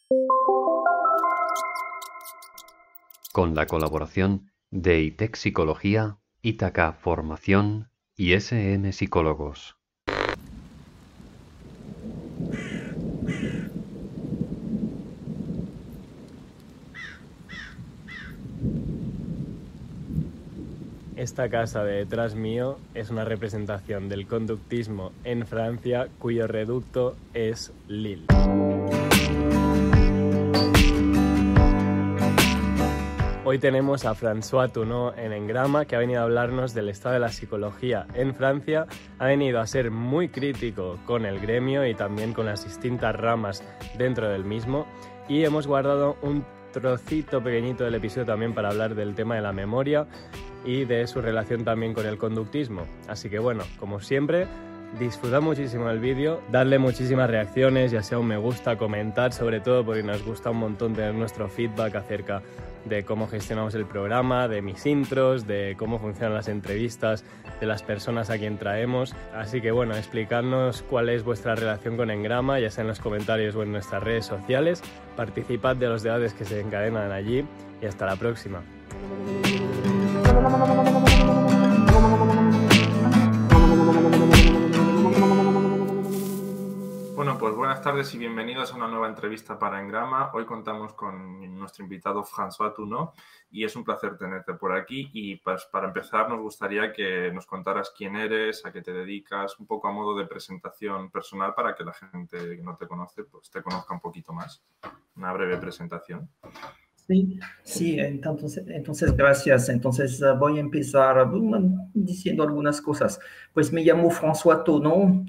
Con la colaboración de ITEC Psicología, Ítaca Formación y SM Psicólogos. Esta casa de detrás mío es una representación del conductismo en Francia, cuyo reducto es Lille. Hoy tenemos a François Tournot en Engrama, que ha venido a hablarnos del estado de la psicología en Francia. Ha venido a ser muy crítico con el gremio y también con las distintas ramas dentro del mismo. Y hemos guardado un trocito pequeñito del episodio también para hablar del tema de la memoria y de su relación también con el conductismo. Así que bueno, como siempre, disfrutad muchísimo el vídeo, dadle muchísimas reacciones, ya sea un me gusta, comentar, sobre todo porque nos gusta un montón tener nuestro feedback acerca de cómo gestionamos el programa, de mis intros, de cómo funcionan las entrevistas, de las personas a quien traemos. Así que bueno, explicadnos cuál es vuestra relación con Engrama, ya sea en los comentarios o en nuestras redes sociales. Participad de los debates que se encadenan allí y hasta la próxima. Bueno, pues buenas tardes y bienvenidos a una nueva entrevista para Engrama. Hoy contamos con nuestro invitado François Tournot y es un placer tenerte por aquí. Y pues para empezar nos gustaría que nos contaras quién eres, a qué te dedicas, un poco a modo de presentación personal para que la gente que no te conoce pues te conozca un poquito más. Una breve presentación. Sí, entonces gracias. Entonces voy a empezar diciendo algunas cosas. Pues me llamo François Tournot.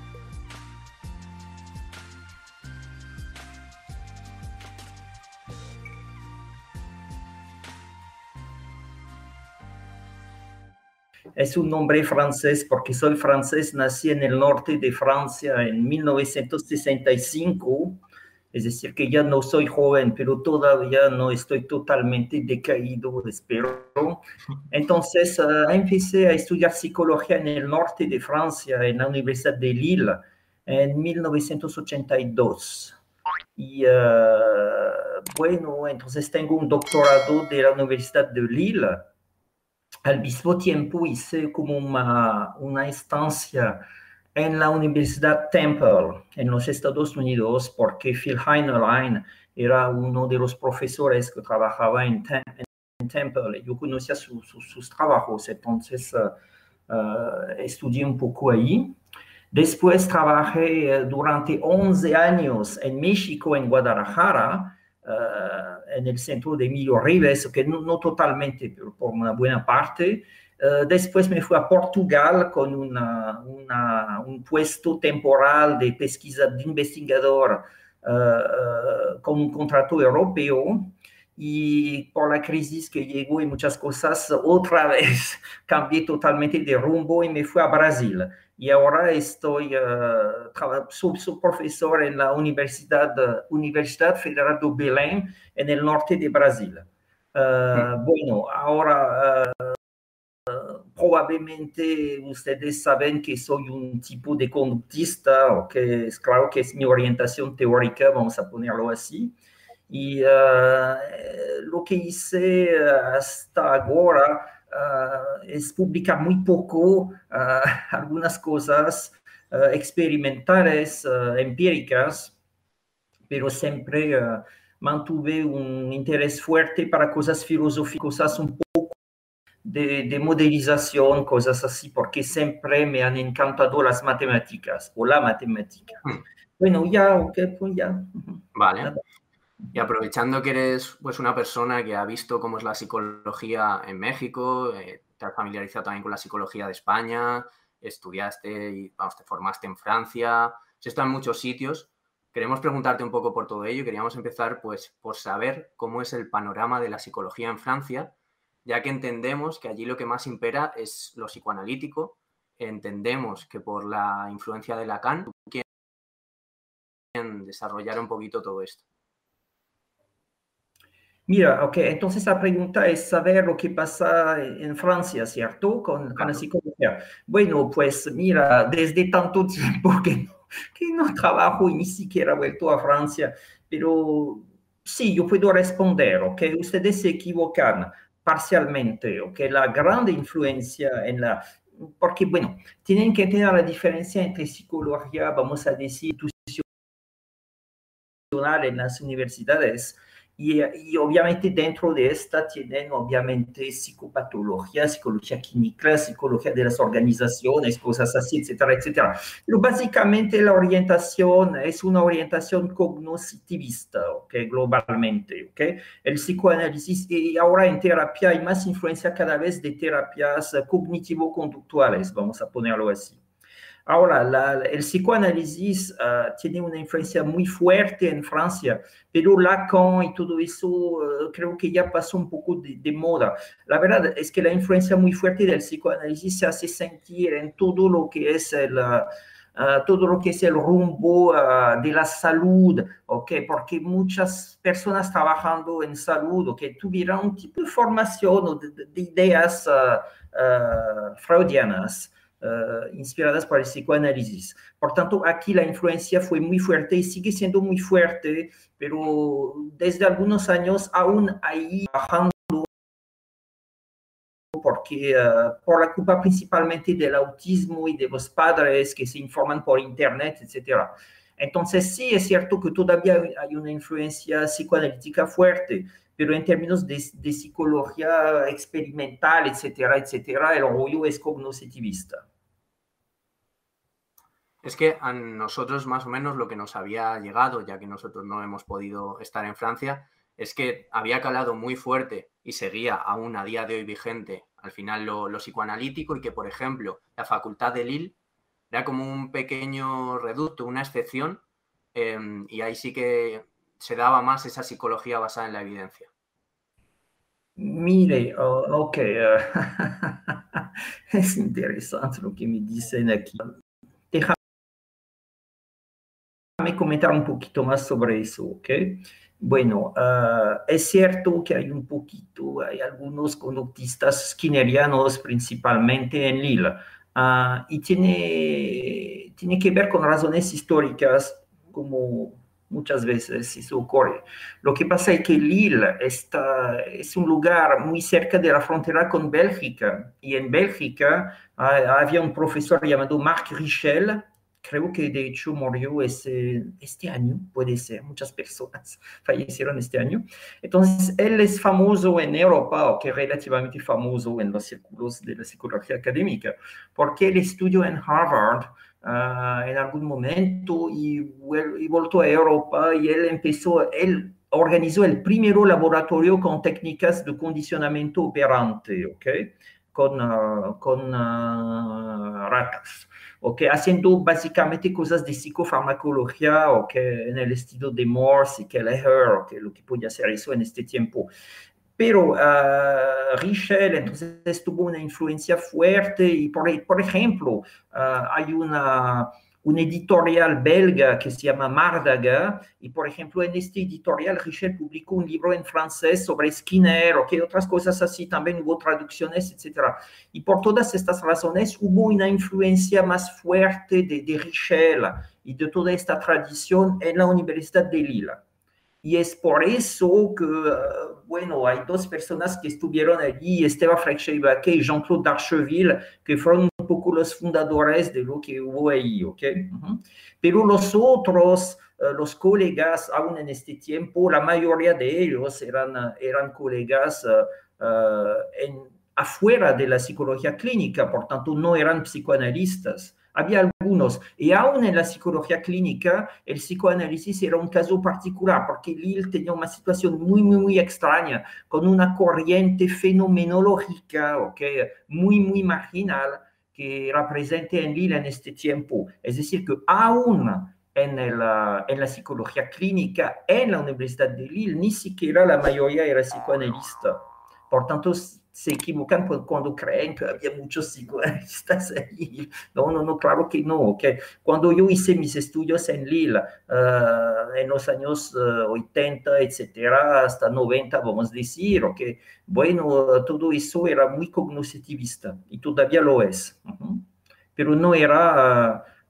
Es un nombre francés porque soy francés, nací en el norte de Francia en 1965. Es decir, que ya no soy joven, pero todavía no estoy totalmente decaído, espero. Entonces, empecé a estudiar psicología en el norte de Francia, en la Universidad de Lille, en 1982. Y bueno, entonces tengo un doctorado de la Universidad de Lille. Al mismo tiempo hice como una estancia en la Universidad Temple, en los Estados Unidos, porque Phil Heinerlein era uno de los profesores que trabajaba en Temple. Yo conocía sus trabajos, entonces estudié un poco ahí. Después trabajé durante 11 años en México, en Guadalajara, en el centro de Emilio Ribes, que no totalmente, pero por una buena parte. Después me fui a Portugal con un puesto temporal de pesquisa de investigador con un contrato europeo. Y por la crisis que llegó y muchas cosas, otra vez cambié totalmente de rumbo y me fui a Brasil. Y ahora soy profesor en la Universidad Federal de Belém, en el norte de Brasil. Bueno, ahora probablemente ustedes saben que soy un tipo de conductista, o que es claro que es mi orientación teórica, vamos a ponerlo así. Y lo que hice hasta ahora es publicar muy poco, algunas cosas experimentales, empíricas, pero siempre mantuve un interés fuerte para cosas filosóficas, un poco de modelización, cosas así, porque siempre me han encantado las matemáticas o la matemática. Bueno, ya, ok, pues ya. Vale. Nada. Y aprovechando que eres pues una persona que ha visto cómo es la psicología en México, te has familiarizado también con la psicología de España, estudiaste y te formaste en Francia, has estado en muchos sitios. Queremos preguntarte un poco por todo ello y queríamos empezar pues por saber cómo es el panorama de la psicología en Francia, ya que entendemos que allí lo que más impera es lo psicoanalítico. Entendemos que por la influencia de Lacan quieren desarrollar un poquito todo esto. Mira, ok, entonces la pregunta es saber lo que pasa en Francia, ¿cierto? Con la psicología. Bueno, pues mira, desde tanto tiempo que no trabajo y ni siquiera he vuelto a Francia, pero sí, yo puedo responder, ¿ok? Ustedes se equivocan parcialmente, ¿ok? La gran influencia en la... Porque, bueno, tienen que tener la diferencia entre psicología, vamos a decir, en las universidades y obviamente dentro de esta tienen obviamente psicopatología, psicología clínica, psicología de las organizaciones, cosas así, etcétera, etcétera. Pero básicamente la orientación es una orientación cognitivista, ¿ok? Globalmente, ¿ok? El psicoanálisis y ahora en terapia hay más influencia cada vez de terapias cognitivo-conductuales, vamos a ponerlo así. Ahora, el psicoanálisis tiene una influencia muy fuerte en Francia, pero Lacan y todo eso creo que ya pasó un poco de moda. La verdad es que la influencia muy fuerte del psicoanálisis se hace sentir en todo lo que es todo lo que es el rumbo de la salud, ¿okay? Porque muchas personas trabajando en salud, ¿okay? Tuvieron un tipo de formación o de ideas freudianas. Inspiradas por el psicoanálisis. Por tanto, aquí la influencia fue muy fuerte y sigue siendo muy fuerte, pero desde algunos años aún ahí bajando porque por la culpa principalmente del autismo y de los padres que se informan por internet, etcétera. Entonces, sí es cierto que todavía hay una influencia psicoanalítica fuerte, pero en términos de psicología experimental, etcétera, etcétera, el rollo es cognitivista. Es que a nosotros más o menos lo que nos había llegado, ya que nosotros no hemos podido estar en Francia, es que había calado muy fuerte y seguía aún a día de hoy vigente al final lo psicoanalítico y que, por ejemplo, la Facultad de Lille era como un pequeño reducto, una excepción, y ahí sí que se daba más esa psicología basada en la evidencia. Mire, ok, es interesante lo que me dicen aquí. Déjame comentar un poquito más sobre eso, ¿ok? Bueno, es cierto que hay un poquito, hay algunos conductistas skinnerianos principalmente en Lille, y tiene que ver con razones históricas, como muchas veces eso ocurre. Lo que pasa es que Lille es un lugar muy cerca de la frontera con Bélgica, y en Bélgica había un profesor llamado Marc Richel. Creo que de hecho murió este año, puede ser, muchas personas fallecieron este año. Entonces, él es famoso en Europa, o que relativamente famoso en los círculos de la psicología académica, porque él estudió en Harvard en algún momento y volvió a Europa y él organizó el primer laboratorio con técnicas de condicionamiento operante, ¿ok? Con ratas. Okay, haciendo básicamente cosas de psicofarmacología, okay, en el estilo de Morse y Kelleher, okay, lo que podía hacer eso en este tiempo. Pero Richel entonces tuvo una influencia fuerte y, por ejemplo, hay un editorial belga que se llama Mardaga, y por ejemplo en este editorial Richel publicó un libro en francés sobre Skinner, o que otras cosas así, también hubo traducciones, etc. Y por todas estas razones hubo una influencia más fuerte de Richel y de toda esta tradición en la Universidad de Lille. Y es por eso que, bueno, hay dos personas que estuvieron allí, Esther Freixeibake y Jean-Claude Darcheville, que fueron un poco los fundadores de lo que hubo ahí, ¿ok? Pero los otros, los colegas, aún en este tiempo, la mayoría de ellos eran colegas afuera de la psicología clínica, por tanto, no eran psicoanalistas. Había algunos, y aún en la psicología clínica, el psicoanálisis era un caso particular, porque Lille tenía una situación muy, muy, muy extraña, con una corriente fenomenológica, okay, muy, muy marginal, que era presente en Lille en este tiempo. Es decir, que aún en la psicología clínica, en la Universidad de Lille, ni siquiera la mayoría era psicoanalista. Por tanto, se equivocan cuando creen que había muchos psicoanalistas allí. No, claro que no. Okay. Cuando yo hice mis estudios en Lille, en los años 80, etcétera, hasta 90, vamos a decir, okay, bueno, todo eso era muy cognitivista y todavía lo es. Pero no era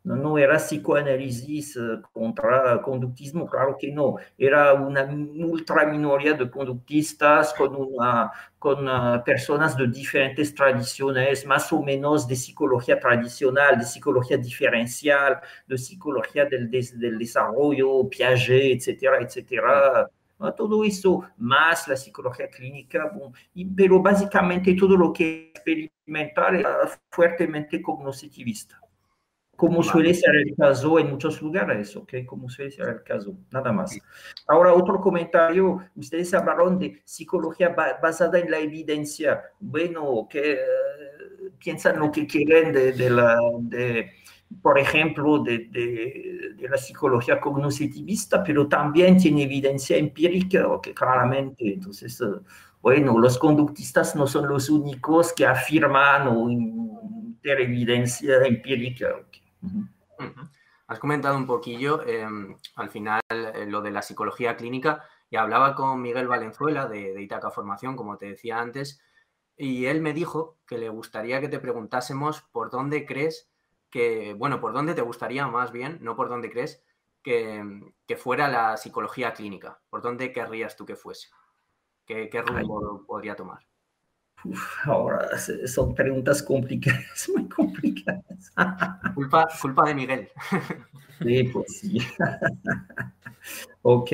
No era psicoanálisis contra conductismo, claro que no. Era una ultra minoría de conductistas con personas de diferentes tradiciones, más o menos de psicología tradicional, de psicología diferencial, de psicología del desarrollo, Piaget, etcétera, etcétera. Todo eso, más la psicología clínica, bon, pero básicamente todo lo que experimental era fuertemente cognitivista. Como suele ser el caso en muchos lugares, ¿ok? Como suele ser el caso, nada más. Ahora, otro comentario, ustedes hablaron de psicología basada en la evidencia. Bueno, que piensan lo que quieren por ejemplo, de la psicología cognitivista, pero también tiene evidencia empírica, que claramente, entonces, bueno, los conductistas no son los únicos que afirman o tener evidencia empírica. Okay. Has comentado un poquillo, al final, lo de la psicología clínica, y hablaba con Miguel Valenzuela de Ítaca Formación, como te decía antes, y él me dijo que le gustaría que te preguntásemos por dónde crees por dónde te gustaría más bien, no por dónde crees que fuera la psicología clínica, por dónde querrías tú que fuese, qué rumbo podría tomar. Ahora son preguntas complicadas, muy complicadas. Culpa de Miguel. Sí, pues sí. Ok.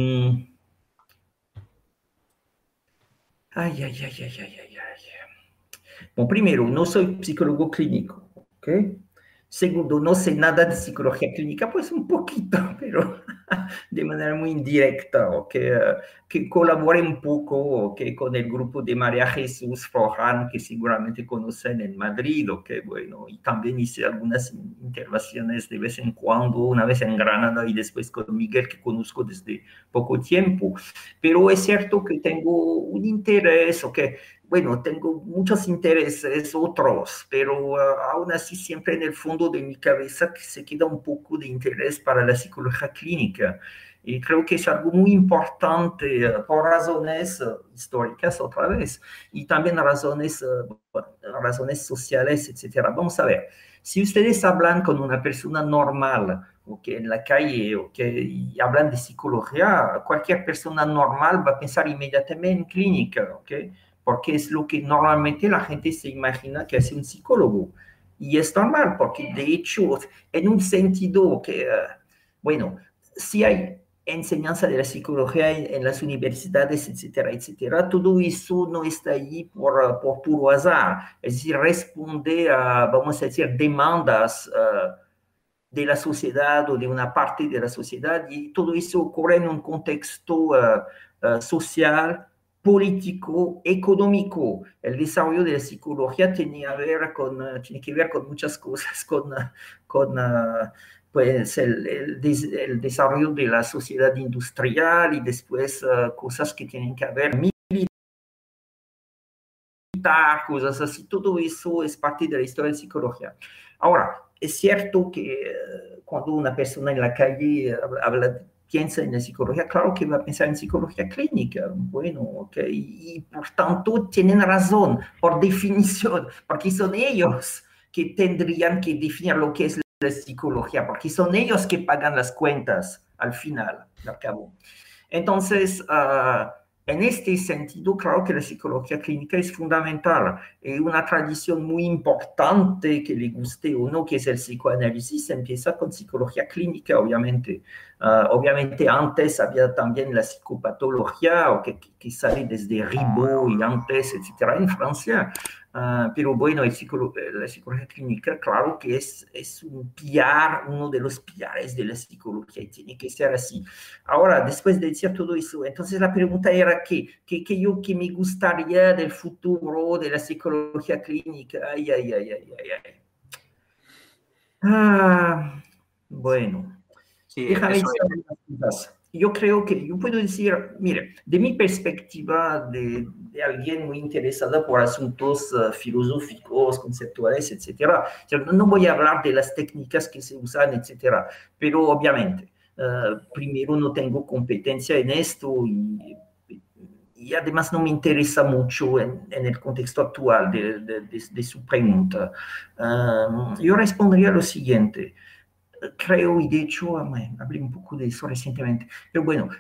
Ay. Bueno, primero, no soy psicólogo clínico, ¿ok? Segundo, no sé nada de psicología clínica, pues un poquito, pero de manera muy indirecta, ¿ok? Que colaboré un poco, ¿ok? Con el grupo de María Jesús Forján, que seguramente conocen en Madrid, ¿ok? Bueno, y también hice algunas intervenciones de vez en cuando, una vez en Granada y después con Miguel, que conozco desde poco tiempo. Pero es cierto que tengo un interés, ¿ok? Bueno, tengo muchos intereses otros, pero aún así siempre en el fondo de mi cabeza que se queda un poco de interés para la psicología clínica. Y creo que es algo muy importante por razones históricas otra vez y también razones sociales, etcétera. Vamos a ver, si ustedes hablan con una persona normal, okay, en la calle, okay, y hablan de psicología, cualquier persona normal va a pensar inmediatamente en clínica, okay, porque es lo que normalmente la gente se imagina que es un psicólogo. Y es normal, porque de hecho, en un sentido que, bueno, si hay enseñanza de la psicología en las universidades, etcétera, etcétera, todo eso no está allí por puro azar. Es decir, responde a, vamos a decir, demandas de la sociedad o de una parte de la sociedad, y todo eso ocurre en un contexto social, político, económico. El desarrollo de la psicología tiene que ver con muchas cosas, con pues el desarrollo de la sociedad industrial y después cosas que tienen que ver militar, cosas así. Todo eso es parte de la historia de la psicología. Ahora, es cierto que cuando una persona en la calle piensa en la psicología, claro que va a pensar en psicología clínica. Bueno, ok, y por tanto tienen razón, por definición, porque son ellos que tendrían que definir lo que es la psicología, porque son ellos que pagan las cuentas al final, al cabo. Entonces, en este sentido, claro que la psicología clínica es fundamental. Una tradición muy importante, que le guste o no, que es el psicoanálisis, empieza con psicología clínica, obviamente. Obviamente antes había también la psicopatología, o que sale desde Ribot y antes, etcétera, en Francia. Pero bueno, la psicología clínica, claro que es un pilar, uno de los pilares de la psicología, y tiene que ser así. Ahora, después de decir todo eso, entonces la pregunta era que me gustaría del futuro de la psicología clínica. Ay. Bueno, Sí, déjame eso decir algunas cosas. Yo creo que yo puedo decir, mire, de mi perspectiva de alguien muy interesada por asuntos filosóficos, conceptuales, etcétera, no voy a hablar de las técnicas que se usan, etcétera, pero obviamente, primero no tengo competencia en esto y además no me interesa mucho en el contexto actual de su pregunta. Yo respondería lo siguiente. Creo, y de hecho hablé un poco de eso recientemente, pero bueno,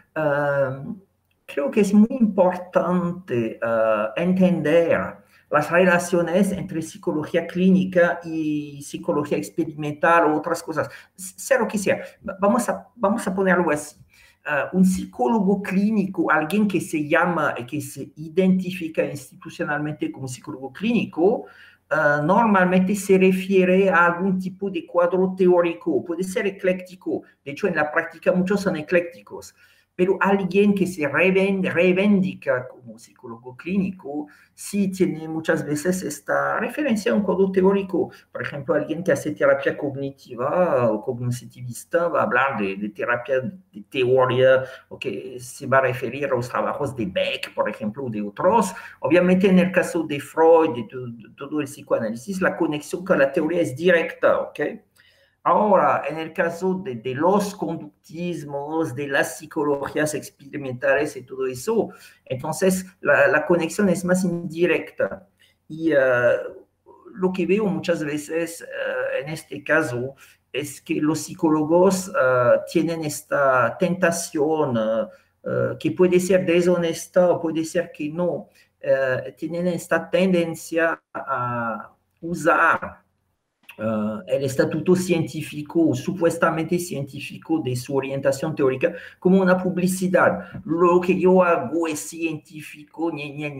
creo que es muy importante entender las relaciones entre psicología clínica y psicología experimental o otras cosas, sea lo que sea. Vamos a ponerlo así. Un psicólogo clínico, alguien que se llama y que se identifica institucionalmente como psicólogo clínico, normalmente se refiere a algún tipo de cuadro teórico, puede ser ecléctico, de hecho en la práctica muchos son eclécticos, pero alguien que se reivindica como psicólogo clínico sí tiene muchas veces esta referencia a un cuadro teórico. Por ejemplo, alguien que hace terapia cognitiva o cognitivista va a hablar de terapia de teoría, o que se va a referir a los trabajos de Beck, por ejemplo, o de otros. Obviamente, en el caso de Freud, de todo el psicoanálisis, la conexión con la teoría es directa, ¿ok? Ahora, en el caso de los conductismos, de las psicologías experimentales y todo eso, entonces la conexión es más indirecta. Y lo que veo muchas veces en este caso es que los psicólogos tienen esta tentación que puede ser deshonesta o puede ser que no, tienen esta tendencia a usar el estatuto científico o supuestamente científico de su orientación teórica como una publicidad. Lo que yo hago es científico,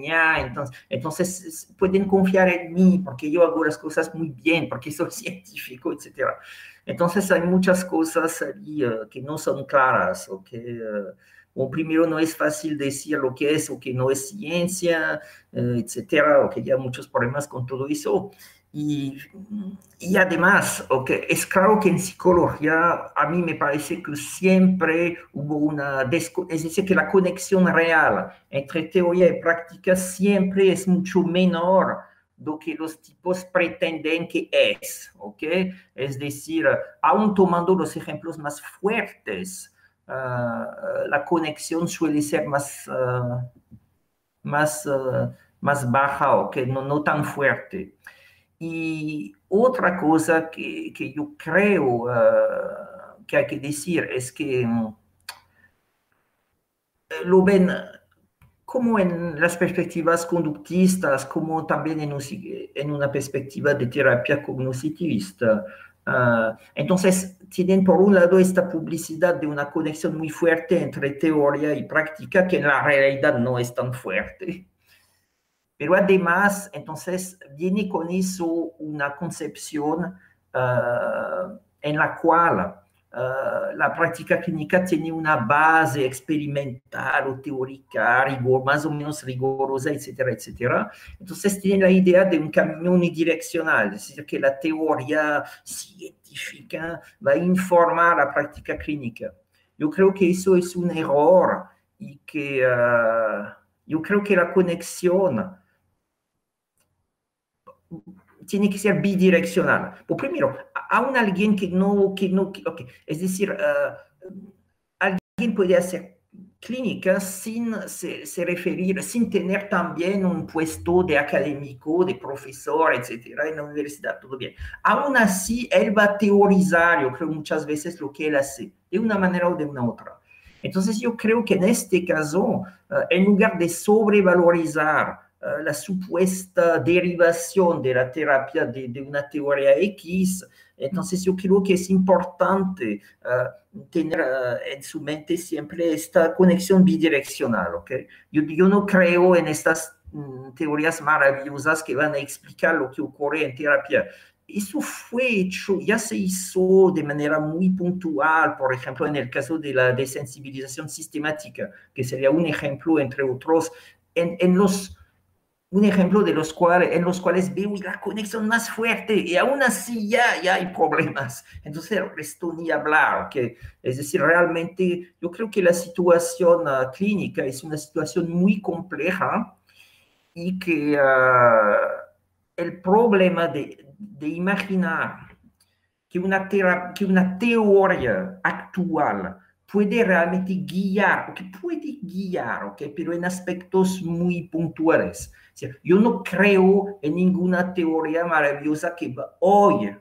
entonces pueden confiar en mí porque yo hago las cosas muy bien, porque soy científico, etc. Entonces hay muchas cosas ahí que no son claras, o que primero no es fácil decir lo que es o que no es ciencia, etcétera, o que ya hay muchos problemas con todo eso. Y además, okay, es claro que en psicología a mí me parece que siempre hubo es decir, que la conexión real entre teoría y práctica siempre es mucho menor de lo que los tipos pretenden que es, ¿ok? Es decir, aún tomando los ejemplos más fuertes, la conexión suele ser más baja, o que no tan fuerte. Y otra cosa que yo creo que hay que decir es que lo ven como en las perspectivas conductistas, como también en una perspectiva de terapia cognitivista. Entonces, tienen por un lado esta publicidad de una conexión muy fuerte entre teoría y práctica, que en la realidad no es tan fuerte. Pero además, entonces, viene con eso una concepción en la cual la práctica clínica tiene una base experimental o teórica, más o menos rigurosa, etcétera, etcétera. Entonces, tiene la idea de un camino unidireccional, es decir, que la teoría científica va a informar a la práctica clínica. Yo creo que eso es un error y que yo creo que la conexión tiene que ser bidireccional. Por primero, aún alguien que no, okay. Es decir, alguien puede hacer clínica sin referir, sin tener también un puesto de académico, de profesor, etcétera, en la universidad, todo bien. Aún así, él va a teorizar, yo creo, muchas veces lo que él hace, de una manera o de una otra. Entonces, yo creo que en este caso, en lugar de sobrevalorizar la supuesta derivación de la terapia de una teoría X, entonces yo creo que es importante tener en su mente siempre esta conexión bidireccional, ¿ok? Yo no creo en estas teorías maravillosas que van a explicar lo que ocurre en terapia. Eso fue hecho, ya se hizo de manera muy puntual, por ejemplo, en el caso de la desensibilización sistemática, que sería un ejemplo, entre otros, un ejemplo en los cuales veo la conexión más fuerte y aún así ya hay problemas. Entonces, el resto ni hablar. ¿Okay? Es decir, realmente yo creo que la situación clínica es una situación muy compleja y que el problema de imaginar que una teoría actual puede realmente guiar, que puede guiar, ¿ok? Pero en aspectos muy puntuales. O sea, yo no creo en ninguna teoría maravillosa que hoy,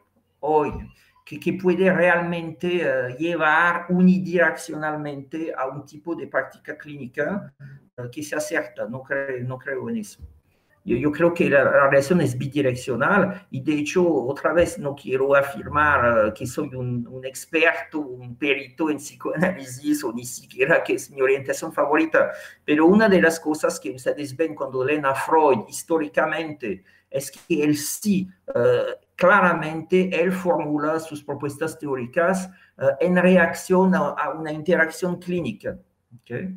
que puede realmente llevar unidireccionalmente a un tipo de práctica clínica que sea cierta. No creo en eso. Yo creo que la relación es bidireccional y de hecho, otra vez, no quiero afirmar que soy un experto, un perito en psicoanálisis o ni siquiera que es mi orientación favorita, pero una de las cosas que ustedes ven cuando leen a Freud históricamente es que él sí, claramente, él formula sus propuestas teóricas en reacción a una interacción clínica. ¿Okay?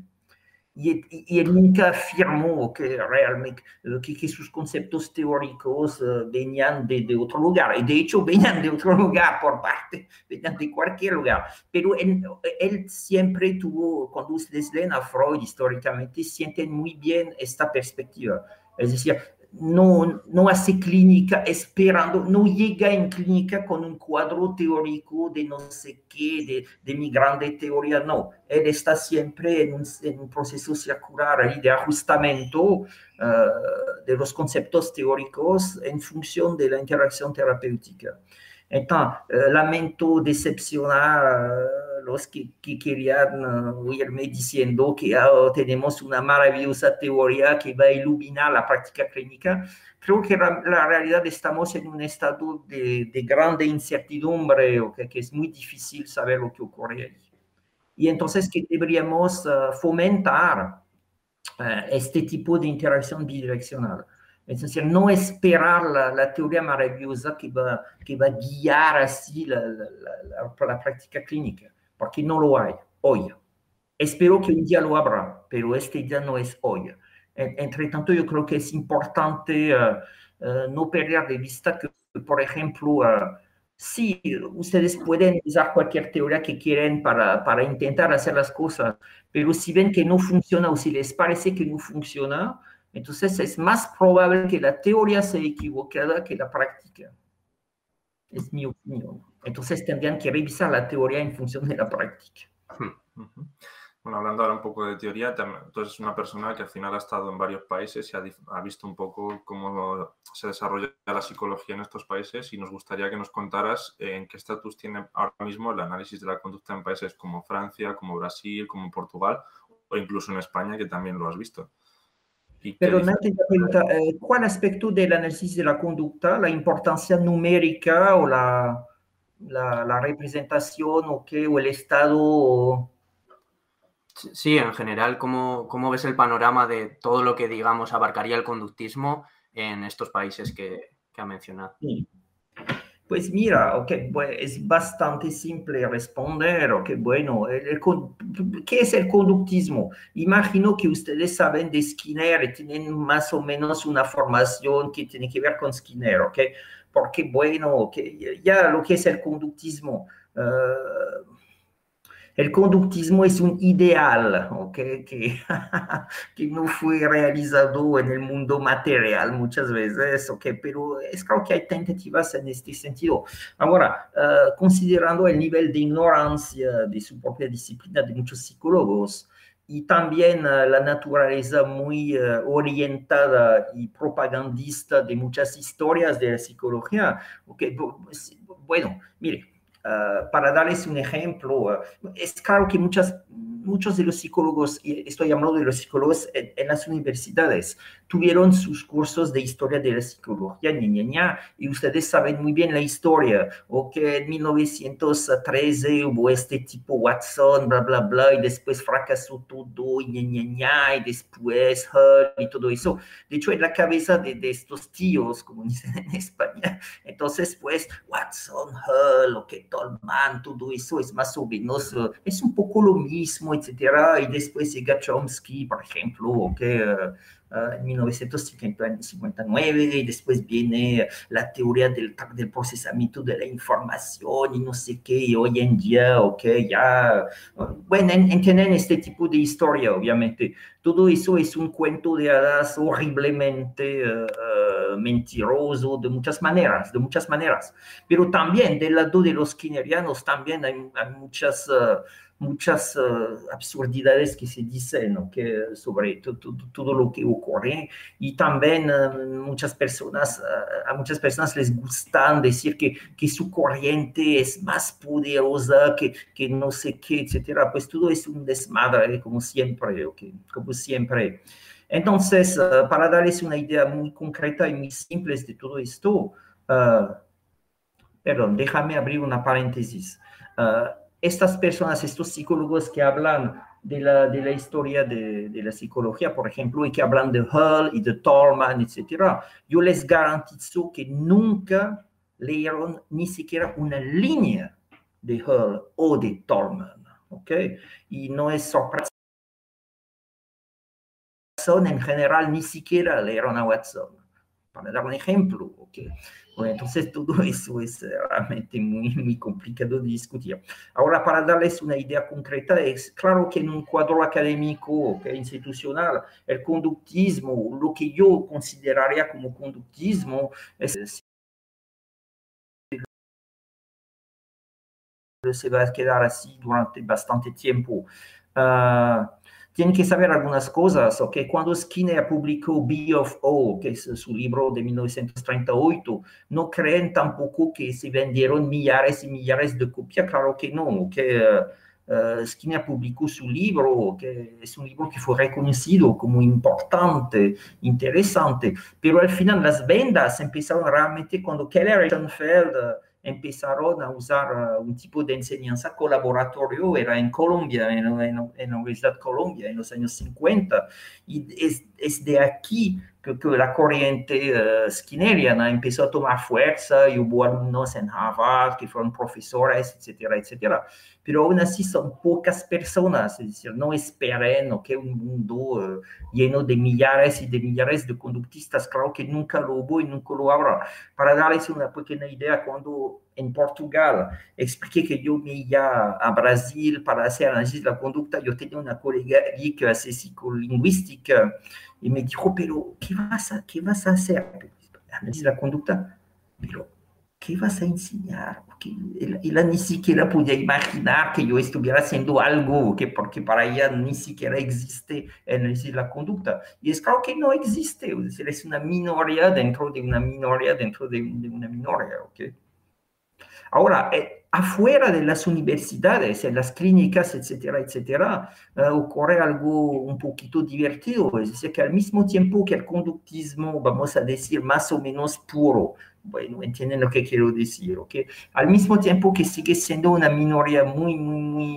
Y él nunca afirmó que realmente que sus conceptos teóricos venían de otro lugar. Y de hecho venían de otro lugar venían de cualquier lugar. Pero él siempre tuvo, cuando ustedes leen a Freud históricamente, sienten muy bien esta perspectiva. Es decir, no hace clínica esperando, no llega en clínica con un cuadro teórico de no sé qué, de mi grande teoría, no. Él está siempre en un proceso circular de ajustamiento de los conceptos teóricos en función de la interacción terapéutica. Entonces, lamento decepcionar a los que querían oírme diciendo que tenemos una maravillosa teoría que va a iluminar la práctica clínica. Creo que la realidad estamos en un estado de grande incertidumbre, que es muy difícil saber lo que ocurre ahí. Y entonces que deberíamos fomentar este tipo de interacción bidireccional. Es decir, no esperar la teoría maravillosa que va a guiar así la práctica clínica, porque no lo hay hoy. Espero que un día lo habrá, pero este día no es hoy. Entre tanto, yo creo que es importante no perder de vista que, por ejemplo, sí, ustedes pueden usar cualquier teoría que quieren para intentar hacer las cosas, pero si ven que no funciona o si les parece que no funciona, entonces es más probable que la teoría sea equivocada que la práctica. Es mi opinión. Entonces tendrían que revisar la teoría en función de la práctica. Bueno, hablando ahora un poco de teoría, tú eres una persona que al final ha estado en varios países y ha visto un poco cómo se desarrolla la psicología en estos países y nos gustaría que nos contaras en qué estatus tiene ahora mismo el análisis de la conducta en países como Francia, como Brasil, como Portugal o incluso en España, que también lo has visto. Pero Nati, ¿cuál aspecto del análisis de la conducta, la importancia numérica o la representación o el estado? Sí, en general, ¿cómo ves el panorama de todo lo que, digamos, abarcaría el conductismo en estos países que ha mencionado? Sí. Pues mira, bueno, es bastante simple responder, bueno, ¿qué es el conductismo? Imagino que ustedes saben de Skinner y tienen más o menos una formación que tiene que ver con Skinner, porque bueno, ya lo que es el conductismo, el conductismo es un ideal, que no fue realizado en el mundo material muchas veces, pero es claro que hay tentativas en este sentido. Ahora, considerando el nivel de ignorancia de su propia disciplina de muchos psicólogos y también la naturaleza muy orientada y propagandista de muchas historias de la psicología, bueno, mire, para darles un ejemplo, es claro que muchos de los psicólogos, y estoy hablando de los psicólogos en las universidades, tuvieron sus cursos de historia de la psicología, y ustedes saben muy bien la historia, que en 1913 hubo este tipo Watson, bla, bla, bla, y después fracasó todo, y después Hull y todo eso. De hecho, en la cabeza de estos tíos, como dicen en España, entonces, pues, Watson, Hull, Tolman, todo eso es más o menos, es un poco lo mismo, etcétera, y después llega Chomsky, por ejemplo, en 1959, y después viene la teoría del procesamiento de la información y no sé qué, y hoy en día, ya, bueno, entienden este tipo de historia, obviamente, todo eso es un cuento de hadas horriblemente mentiroso de muchas maneras. Pero también del lado de los skinnerianos también hay muchas absurdidades que se dicen, ¿no? Que sobre todo lo que ocurre, y también a muchas personas les gustan decir que su corriente es más poderosa que no sé qué, etcétera. Pues todo es un desmadre, como siempre, ¿okay? Como siempre. Entonces, para darles una idea muy concreta y muy simple de todo esto, perdón, déjame abrir una paréntesis. Estas personas, estos psicólogos que hablan de la historia de la psicología, por ejemplo, y que hablan de Hull y de Tolman, etc., yo les garantizo que nunca leyeron ni siquiera una línea de Hull o de Tolman, ¿ok? Y no es sorpresa, en general ni siquiera leyeron a Watson, para dar un ejemplo, ¿ok? Bueno, entonces todo eso es realmente muy complicado de discutir. Ahora, para darles una idea concreta, es claro que en un cuadro académico, ¿okay?, institucional, el conductismo, lo que yo consideraría como conductismo, se va a quedar así durante bastante tiempo. Tienen que saber algunas cosas, ¿ok? Cuando Skinner publicó Bee of O, que es su libro de 1938, no creen tampoco que se vendieron millares y millares de copias, claro que no, que Skinner publicó su libro, que es un libro que fue reconocido como importante, interesante, pero al final las ventas empezaron realmente cuando Keller y Schoenfeld empezaron a usar un tipo de enseñanza colaboratorio, era en Colombia, en la Universidad de Colombia, en los años 50, y es de aquí que la corriente skinneriana empezó a tomar fuerza, y hubo alumnos en Harvard que fueron profesores, etcétera, etcétera. Pero aún así son pocas personas, es decir, no esperen, ¿no?, que un mundo lleno de millares y de millares de conductistas, claro que nunca lo hubo y nunca lo habrá. Para darles una pequeña idea, cuando en Portugal expliqué que yo me iba a Brasil para hacer análisis de la conducta, yo tenía una colega allí que hace psicolingüística y me dijo, pero ¿qué vas a hacer? Análisis de la conducta, pero ¿qué vas a enseñar? Porque ella ni siquiera podía imaginar que yo estuviera haciendo algo, porque para ella ni siquiera existe el análisis de la conducta. Y es claro que no existe, es decir, es una minoría dentro de una minoría dentro de una minoría, ¿ok? Ahora, afuera de las universidades, en las clínicas, etcétera, etcétera, ocurre algo un poquito divertido, es decir, que al mismo tiempo que el conductismo, vamos a decir, más o menos puro, bueno, entienden lo que quiero decir, ¿ok? Al mismo tiempo que sigue siendo una minoría muy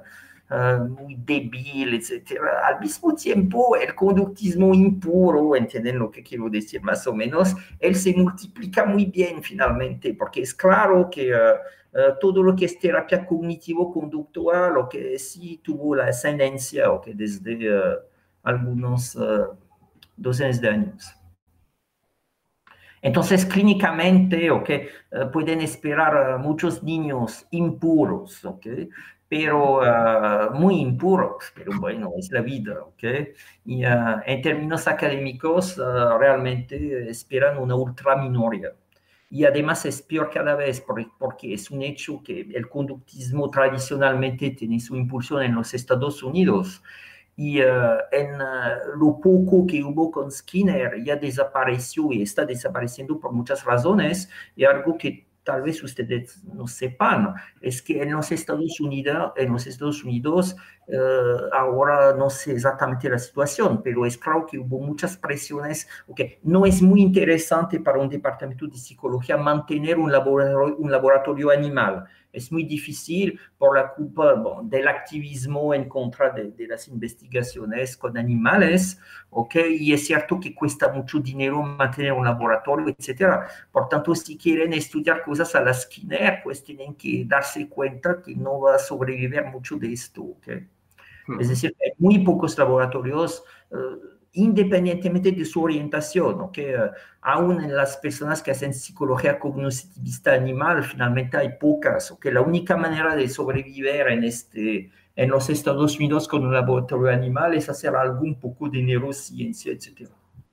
débil, etcétera. Al mismo tiempo, el conductismo impuro, entienden lo que quiero decir más o menos, él se multiplica muy bien finalmente, porque es claro que todo lo que es terapia cognitivo-conductual, lo que sí tuvo la ascendencia, o que desde algunos docenas de años. Entonces, clínicamente, ¿okay?, pueden esperar muchos niños impuros, ¿okay?, pero muy impuros, pero bueno, es la vida, ¿ok? Y en términos académicos, realmente esperan una ultraminoría. Y además es peor cada vez porque es un hecho que el conductismo tradicionalmente tiene su impulsión en los Estados Unidos. Y en lo poco que hubo con Skinner ya desapareció y está desapareciendo por muchas razones, y algo que tal vez ustedes no sepan, es que en los Estados Unidos ahora no sé exactamente la situación, pero es claro que hubo muchas presiones, okay. No es muy interesante para un departamento de psicología mantener un laboratorio animal. Es muy difícil por la culpa del activismo en contra de las investigaciones con animales, ¿ok? Y es cierto que cuesta mucho dinero mantener un laboratorio, etcétera. Por tanto, si quieren estudiar cosas a la Skinner, pues tienen que darse cuenta que no va a sobrevivir mucho de esto, ¿ok? Es decir, hay muy pocos laboratorios independientemente de su orientación, ¿ok? Aún en las personas que hacen psicología cognitivista animal, finalmente hay pocas, ¿ok? La única manera de sobrevivir en los Estados Unidos con un laboratorio animal es hacer algún poco de neurociencia, etc.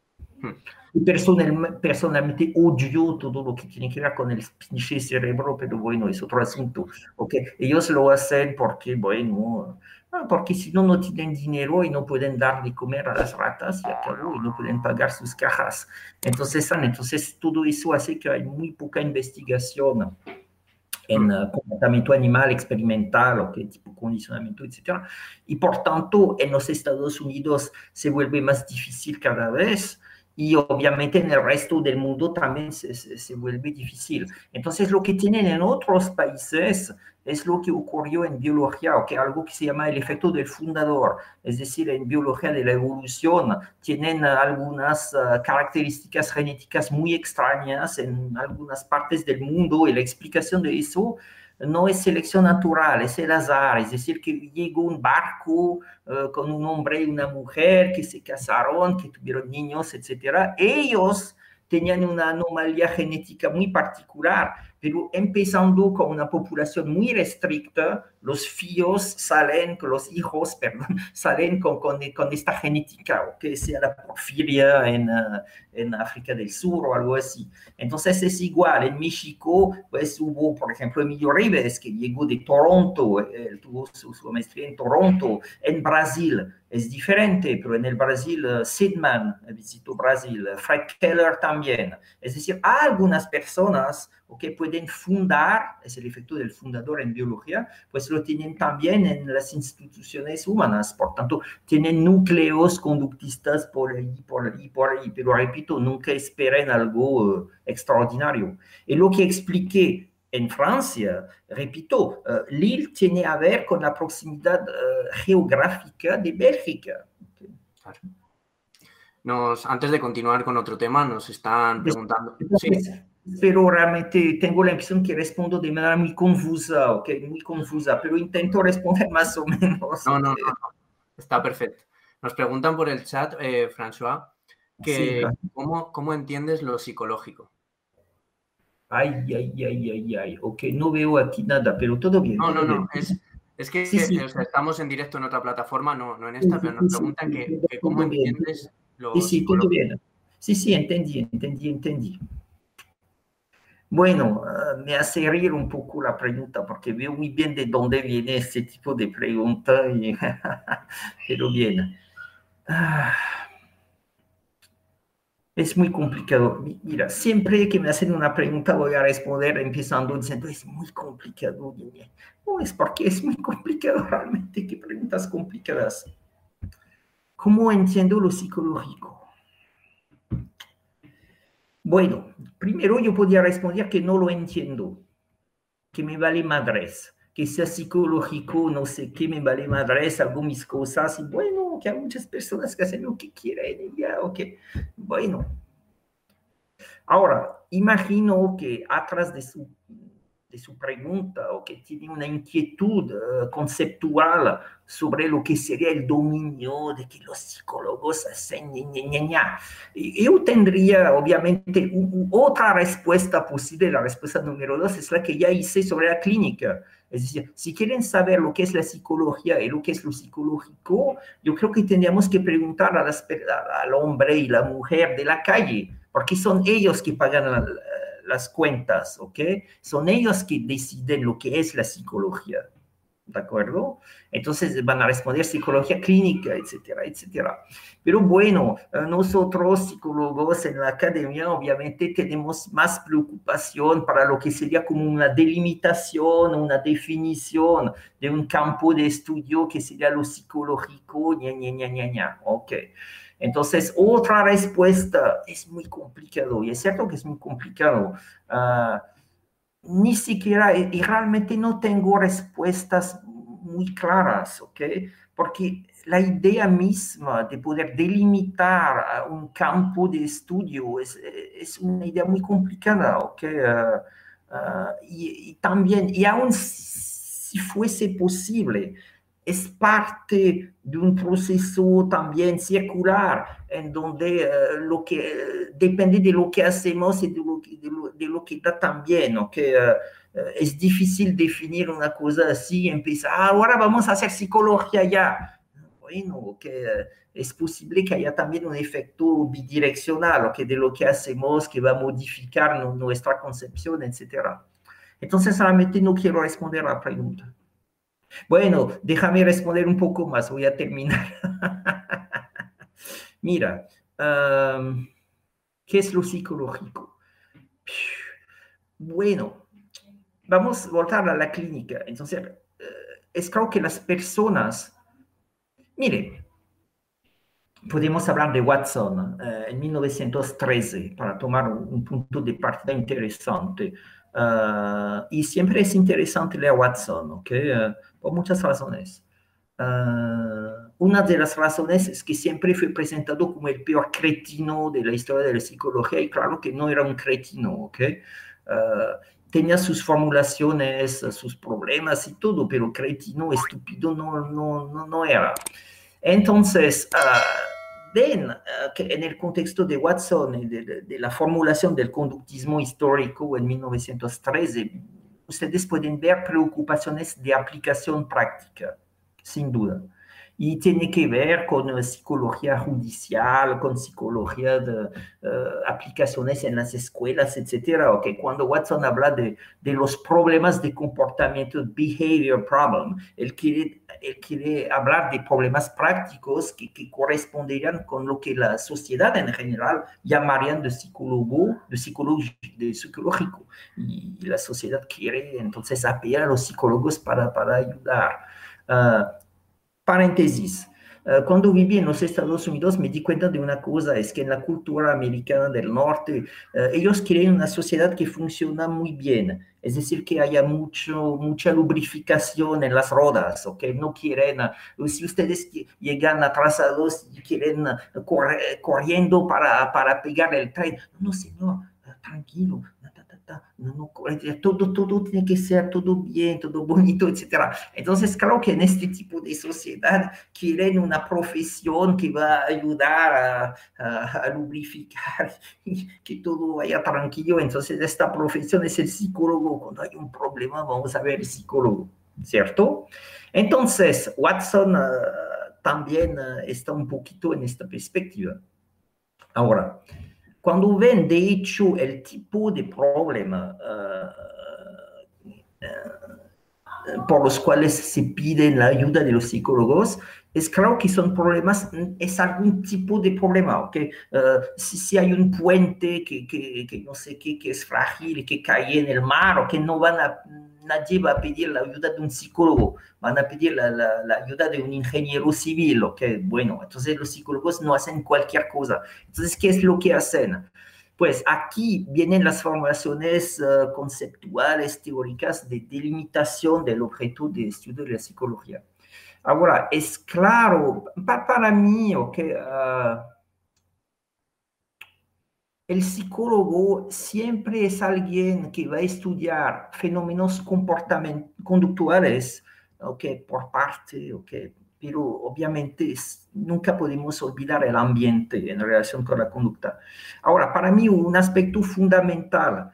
Y personalmente odio todo lo que tiene que ver con el pinche cerebro, pero bueno, es otro asunto, ¿ok? Ellos lo hacen porque, bueno, porque si no, no tienen dinero y no pueden dar de comer a las ratas y acabó, y no pueden pagar sus cajas. Entonces todo eso hace que hay muy poca investigación en comportamiento animal experimental, o qué tipo de condicionamiento, etc. Y por tanto, en los Estados Unidos se vuelve más difícil cada vez, y obviamente en el resto del mundo también se vuelve difícil. Entonces, lo que tienen en otros países es lo que ocurrió en biología, o que algo que se llama el efecto del fundador. Es decir, en biología de la evolución tienen algunas características genéticas muy extrañas en algunas partes del mundo, y la explicación de eso no es selección natural, es el azar. Es decir, que llegó un barco con un hombre y una mujer que se casaron, que tuvieron niños, etc. Ellos tenían una anomalía genética muy particular, pero empezando con una población muy restricta, los hijos, perdón, salen con esta genética, o que sea la porfiria en África del Sur o algo así. Entonces es igual, en México, pues hubo, por ejemplo, Emilio Ribes, que llegó de Toronto, él tuvo su maestría en Toronto. En Brasil es diferente, pero en el Brasil, Sidman visitó Brasil, Frank Keller también. Es decir, hay algunas personas que pueden fundar, es el efecto del fundador en biología, pues lo tienen también en las instituciones humanas. Por tanto, tienen núcleos conductistas por ahí, pero repito, nunca esperen algo extraordinario. Y lo que expliqué en Francia, repito, Lille tiene a ver con la proximidad geográfica de Bélgica. Claro. Antes de continuar con otro tema, nos están preguntando... Entonces, sí. Pero realmente tengo la impresión que respondo de manera muy confusa, ¿ok? Muy confusa, pero intento responder más o menos. No. Está perfecto. Nos preguntan por el chat, François, que sí, claro. ¿cómo entiendes lo psicológico? Ay. Ok, no veo aquí nada, pero todo bien. No. Bien. Es que sí. O sea, estamos en directo en otra plataforma, no en esta, pero nos preguntan que cómo entiendes lo psicológico. Todo bien. Sí, entendí. Bueno, me hace reír un poco la pregunta, porque veo muy bien de dónde viene este tipo de pregunta, pero bien. Es muy complicado. Mira, siempre que me hacen una pregunta voy a responder empezando diciendo, es muy complicado. No, es porque es muy complicado realmente. ¿Qué preguntas complicadas? ¿Cómo entiendo lo psicológico? Bueno, primero yo podría responder que no lo entiendo, que me vale madres, que sea psicológico, no sé qué, me vale madres, hago mis cosas, y bueno, que hay muchas personas que hacen lo que quieren, y ya, ok, bueno. Ahora, imagino que atrás de su pregunta, o que tiene una inquietud conceptual sobre lo que sería el dominio de que los psicólogos hacen Yo tendría, obviamente, otra respuesta posible. La respuesta número 2 es la que ya hice sobre la clínica. Es decir, si quieren saber lo que es la psicología y lo que es lo psicológico, yo creo que tendríamos que preguntar al hombre y la mujer de la calle, porque son ellos que pagan las cuentas, ¿ok? Son ellos que deciden lo que es la psicología, ¿de acuerdo? Entonces van a responder psicología clínica, etcétera, etcétera. Pero bueno, nosotros psicólogos en la academia obviamente tenemos más preocupación para lo que sería como una delimitación, una definición de un campo de estudio que sería lo psicológico, ¿ok? Entonces, otra respuesta es muy complicado, y es cierto que es muy complicado. Ni siquiera, y realmente no tengo respuestas muy claras, ¿ok? Porque la idea misma de poder delimitar un campo de estudio es una idea muy complicada, ¿ok? Y también, y aún si fuese posible, es parte de un proceso también circular, en donde depende de lo que hacemos y de lo que da también, ¿no? Es difícil definir una cosa así, empezar, ahora vamos a hacer psicología ya. Bueno, es posible que haya también un efecto bidireccional, de lo que hacemos, que va a modificar nuestra concepción, etc. Entonces, realmente no quiero responder a la pregunta. Bueno, déjame responder un poco más, voy a terminar. Mira, ¿qué es lo psicológico? Bueno, vamos a voltar a la clínica. Entonces, es claro que las personas, mire, podemos hablar de Watson en 1913 para tomar un punto de partida interesante. Y siempre es interesante leer Watson, ¿ok? Por muchas razones. Una de las razones es que siempre fue presentado como el peor cretino de la historia de la psicología, y claro que no era un cretino, ¿ok? Tenía sus formulaciones, sus problemas y todo, pero cretino, estúpido no era. Entonces, ven que en el contexto de Watson y de la formulación del conductismo histórico en 1913, ustedes pueden ver preocupaciones de aplicación práctica, sin duda. Y tiene que ver con psicología judicial, con psicología de aplicaciones en las escuelas, etc. Okay, cuando Watson habla de los problemas de comportamiento, behavior problem, él quiere hablar de problemas prácticos que corresponderían con lo que la sociedad en general llamarían de psicológico. Y la sociedad quiere entonces apelar a los psicólogos para ayudar. Paréntesis. Cuando viví en los Estados Unidos me di cuenta de una cosa, es que en la cultura americana del norte, ellos quieren una sociedad que funciona muy bien, es decir, que haya mucha lubrificación en las ruedas, ¿ok? No quieren, si ustedes llegan atrasados y quieren corriendo para pegar el tren, no señor, tranquilo, todo tiene que ser todo bien, todo bonito, etc. Entonces, claro que en este tipo de sociedad quieren una profesión que va a ayudar a lubrificar y que todo vaya tranquilo. Entonces, esta profesión es el psicólogo. Cuando hay un problema, vamos a ver el psicólogo, ¿cierto? Entonces, Watson también está un poquito en esta perspectiva. Ahora, cuando ven, de hecho, el tipo de problema por los cuales se pide la ayuda de los psicólogos, es claro que son problemas, es algún tipo de problema, ¿ok? Si hay un puente que no sé qué, que es frágil, que cae en el mar, o que nadie va a pedir la ayuda de un psicólogo, van a pedir la ayuda de un ingeniero civil, ¿ok? Bueno, entonces los psicólogos no hacen cualquier cosa. Entonces, ¿qué es lo que hacen? Pues aquí vienen las formulaciones conceptuales, teóricas de delimitación del objeto de estudio de la psicología. Ahora, es claro, para mí, okay, el psicólogo siempre es alguien que va a estudiar fenómenos conductuales, okay, por parte, okay, pero obviamente nunca podemos olvidar el ambiente en relación con la conducta. Ahora, para mí un aspecto fundamental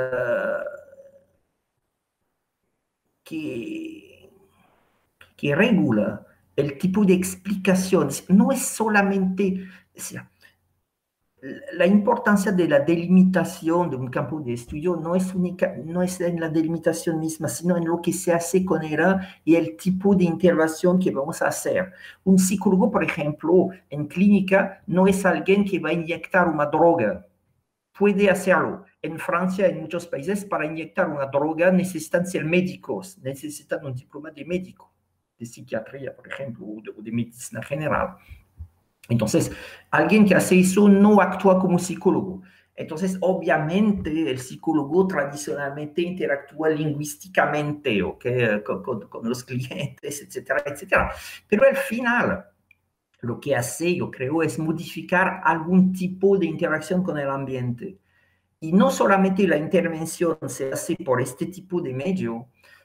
que regula el tipo de explicaciones no es solamente... O sea, la importancia de la delimitación de un campo de estudio no es en la delimitación misma, sino en lo que se hace con ella y el tipo de intervención que vamos a hacer. Un psicólogo, por ejemplo, en clínica, no es alguien que va a inyectar una droga. Puede hacerlo. En Francia, en muchos países, para inyectar una droga necesitan ser médicos, necesitan un diploma de médico, de psiquiatría, por ejemplo, o de medicina general. Entonces, alguien que hace eso no actúa como psicólogo. Entonces, obviamente, el psicólogo tradicionalmente interactúa lingüísticamente, ¿okay? con los clientes, etcétera, etcétera. Pero al final, lo que hace, yo creo, es modificar algún tipo de interacción con el ambiente. Y no solamente la intervención se hace por este tipo de medio,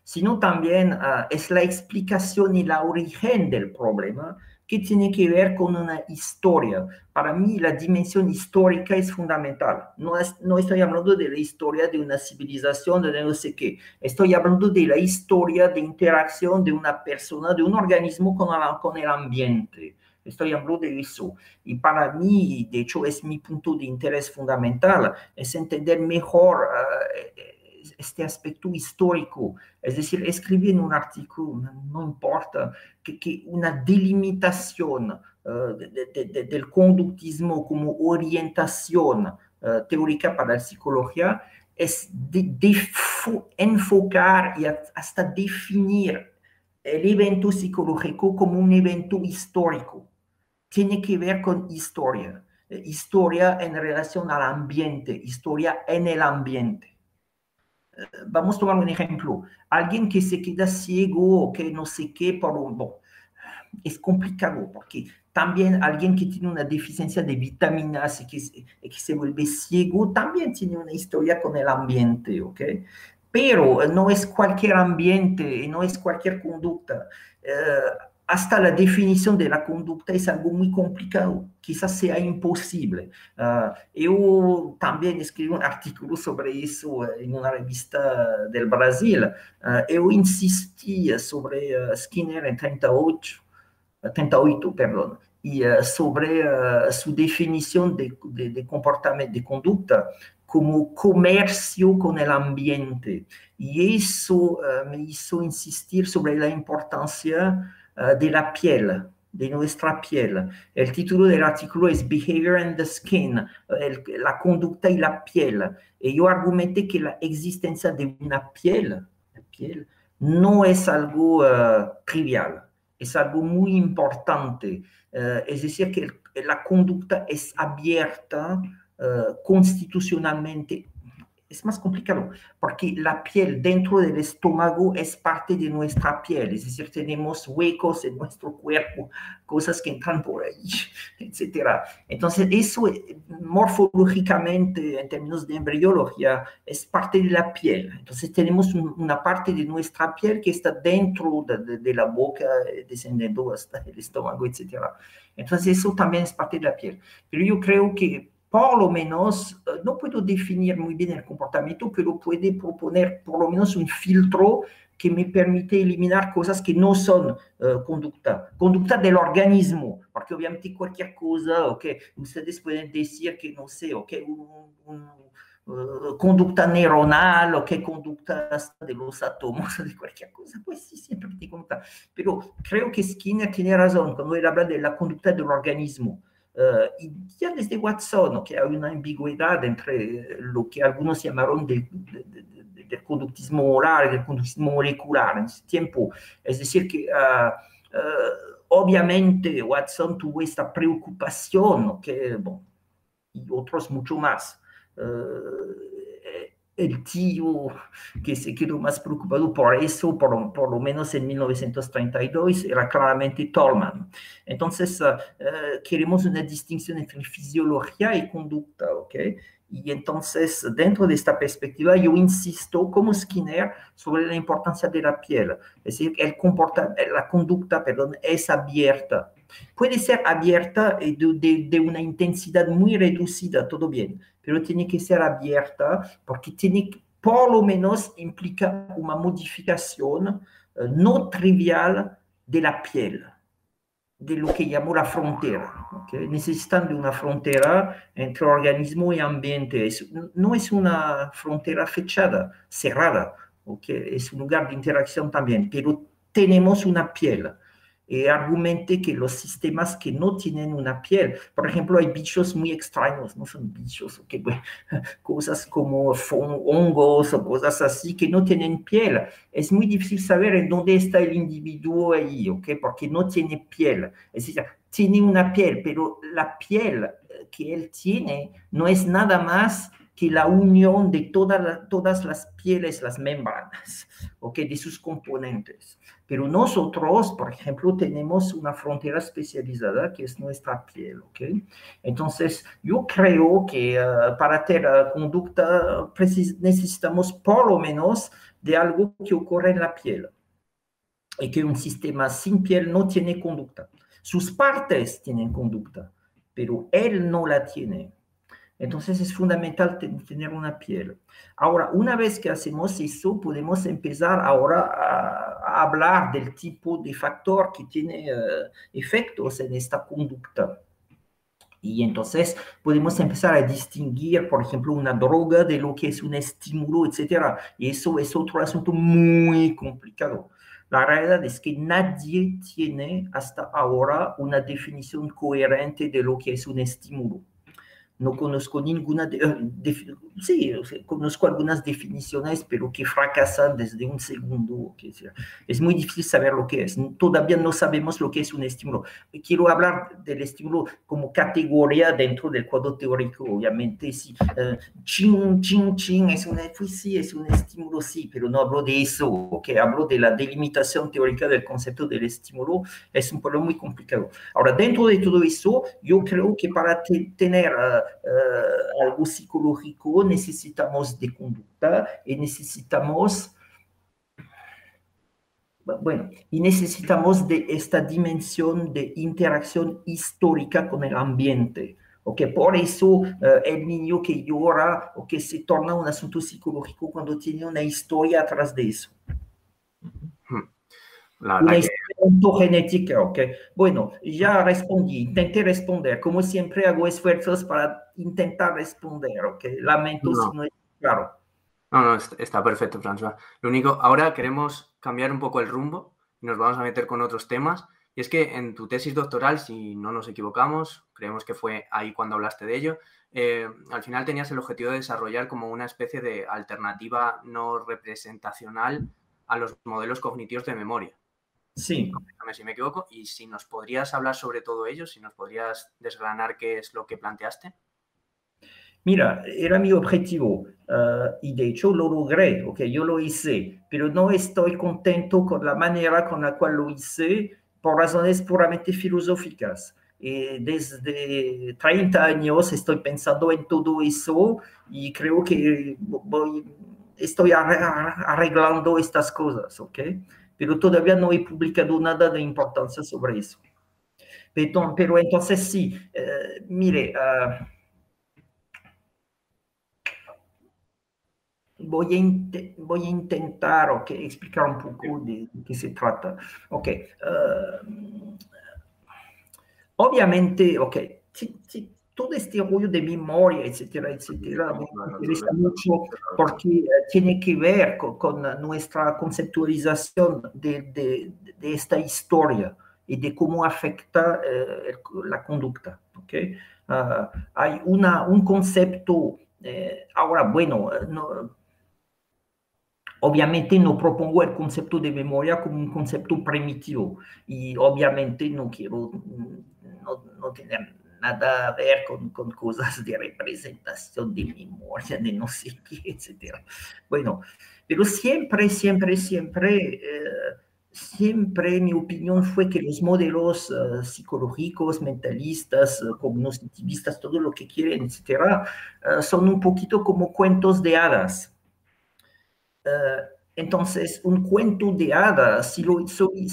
sino también es la explicación y la origen del problema que tiene que ver con una historia. Para mí la dimensión histórica es fundamental. No estoy hablando de la historia de una civilización, de no sé qué. Estoy hablando de la historia de interacción de una persona, de un organismo con el ambiente. Estoy hablando de eso. Y para mí, de hecho, es mi punto de interés fundamental, es entender mejor este aspecto histórico. Es decir, escribir en un artículo, no importa, que una delimitación del conductismo como orientación teórica para la psicología es de enfocar y hasta definir el evento psicológico como un evento histórico. Tiene que ver con historia, historia en relación al ambiente, historia en el ambiente. Vamos a tomar un ejemplo. Alguien que se queda ciego o que no sé qué por un... Bon, es complicado porque también alguien que tiene una deficiencia de vitaminas y que se vuelve ciego también tiene una historia con el ambiente, ¿ok? Pero no es cualquier ambiente, no es cualquier conducta. Hasta la definición de la conducta es algo muy complicado, quizás sea imposible. Yo también escribí un artículo sobre eso en una revista del Brasil. Yo insistí sobre Skinner en 38, perdón, y sobre su definición de comportamiento, de conducta, como comercio con el ambiente. Y eso me hizo insistir sobre la importancia de la piel, de nuestra piel. El título del artículo es Behavior and the Skin, la conducta y la piel. Y yo argumenté que la existencia de una piel no es algo trivial, es algo muy importante. Es decir, que la conducta es abierta constitucionalmente. Es más complicado, porque la piel dentro del estómago es parte de nuestra piel, es decir, tenemos huecos en nuestro cuerpo, cosas que entran por ahí, etc. Entonces, eso morfológicamente, en términos de embriología, es parte de la piel. Entonces, tenemos una parte de nuestra piel que está dentro de la boca, descendiendo hasta el estómago, etc. Entonces, eso también es parte de la piel. Pero yo creo que por lo menos, no puedo definir muy bien el comportamiento, pero puede proponer por lo menos un filtro que me permite eliminar cosas que no son conducta del organismo, porque obviamente cualquier cosa, okay, ustedes pueden decir que, no sé, okay, conducta neuronal o qué conducta de los átomos, de cualquier cosa, pues sí, siempre tiene conducta. Pero creo que Skinner tiene razón cuando él habla de la conducta del organismo. Y ya desde Watson, que hay una ambigüedad entre lo que algunos llamaron del conductismo molar y del conductismo molecular en ese tiempo. Es decir, que obviamente Watson tuvo esta preocupación, que, bon, y otros mucho más. El tío que se quedó más preocupado por eso, por lo menos en 1932, era claramente Tolman. Entonces, queremos una distinción entre fisiología y conducta, ¿ok? Y entonces, dentro de esta perspectiva, yo insisto, como Skinner, sobre la importancia de la piel. Es decir, la conducta, perdón, es abierta. Puede ser abierta de una intensidad muy reducida, todo bien, pero tiene que ser abierta porque por lo menos implica una modificación no trivial de la piel, de lo que llamo la frontera. ¿Okay? Necesitan de una frontera entre organismo y ambiente. No es una frontera fechada, cerrada, ¿okay? Es un lugar de interacción también, pero tenemos una piel. Argumente que los sistemas que no tienen una piel, por ejemplo, hay bichos muy extraños, no son bichos, okay, bueno, cosas como hongos o cosas así que no tienen piel. Es muy difícil saber en dónde está el individuo ahí, okay, porque no tiene piel. Es decir, tiene una piel, pero la piel que él tiene no es nada más que la unión de todas las pieles, las membranas, ¿okay? De sus componentes. Pero nosotros, por ejemplo, tenemos una frontera especializada que es nuestra piel, ¿ok? Entonces, yo creo que para tener conducta necesitamos por lo menos de algo que ocurre en la piel y que un sistema sin piel no tiene conducta. Sus partes tienen conducta, pero él no la tiene. Entonces es fundamental tener una piel. Ahora, una vez que hacemos eso, podemos empezar ahora a hablar del tipo de factor que tiene efectos en esta conducta. Y entonces podemos empezar a distinguir, por ejemplo, una droga de lo que es un estímulo, etc. Y eso es otro asunto muy complicado. La realidad es que nadie tiene hasta ahora una definición coherente de lo que es un estímulo. No conozco ninguna, sí, conozco algunas definiciones, pero que fracasan desde un segundo. Es muy difícil saber lo que es. Todavía no sabemos lo que es un estímulo. Quiero hablar del estímulo como categoría dentro del cuadro teórico, obviamente. Sí, ching, ching, ching, sí, es un estímulo, sí, pero no hablo de eso. Okay? Hablo de la delimitación teórica del concepto del estímulo. Es un problema muy complicado. Ahora, dentro de todo eso, yo creo que para tener algo psicológico necesitamos de conducta y necesitamos, bueno, y necesitamos de esta dimensión de interacción histórica con el ambiente. Okay, por eso el niño que llora o que se torna un asunto psicológico cuando tiene una historia atrás de eso. Una historia ontogenética, ok. Bueno, ya respondí, intenté responder. Como siempre hago esfuerzos para intentar responder, ok. Lamento si no es claro. No, está perfecto, François. Lo único, ahora queremos cambiar un poco el rumbo y nos vamos a meter con otros temas. Y es que en tu tesis doctoral, si no nos equivocamos, creemos que fue ahí cuando hablaste de ello, al final tenías el objetivo de desarrollar como una especie de alternativa no representacional a los modelos cognitivos de memoria. Sí. Corrígame si me equivoco. Y si nos podrías hablar sobre todo ello, si nos podrías desgranar qué es lo que planteaste. Mira, era mi objetivo y de hecho lo logré, ok, yo lo hice, pero no estoy contento con la manera con la cual lo hice por razones puramente filosóficas. Desde 30 años estoy pensando en todo eso y creo que estoy arreglando estas cosas, ok, pero todavía no he publicado nada de importancia sobre eso. Pero entonces sí, mire, voy a intentar explicar un poco de qué se trata. Okay. Obviamente, todo este rollo de memoria, etcétera, etcétera, me interesa mucho porque tiene que ver con nuestra conceptualización de esta historia y de cómo afecta la conducta. Okay. Hay un concepto, ahora, bueno, obviamente no propongo el concepto de memoria como un concepto primitivo y obviamente no quiero no tener nada a ver con cosas de representación de memoria, de no sé qué, etc. Bueno, pero siempre mi opinión fue que los modelos psicológicos, mentalistas, cognitivistas, todo lo que quieren, etc., son un poquito como cuentos de hadas. Entonces, un cuento de hadas, no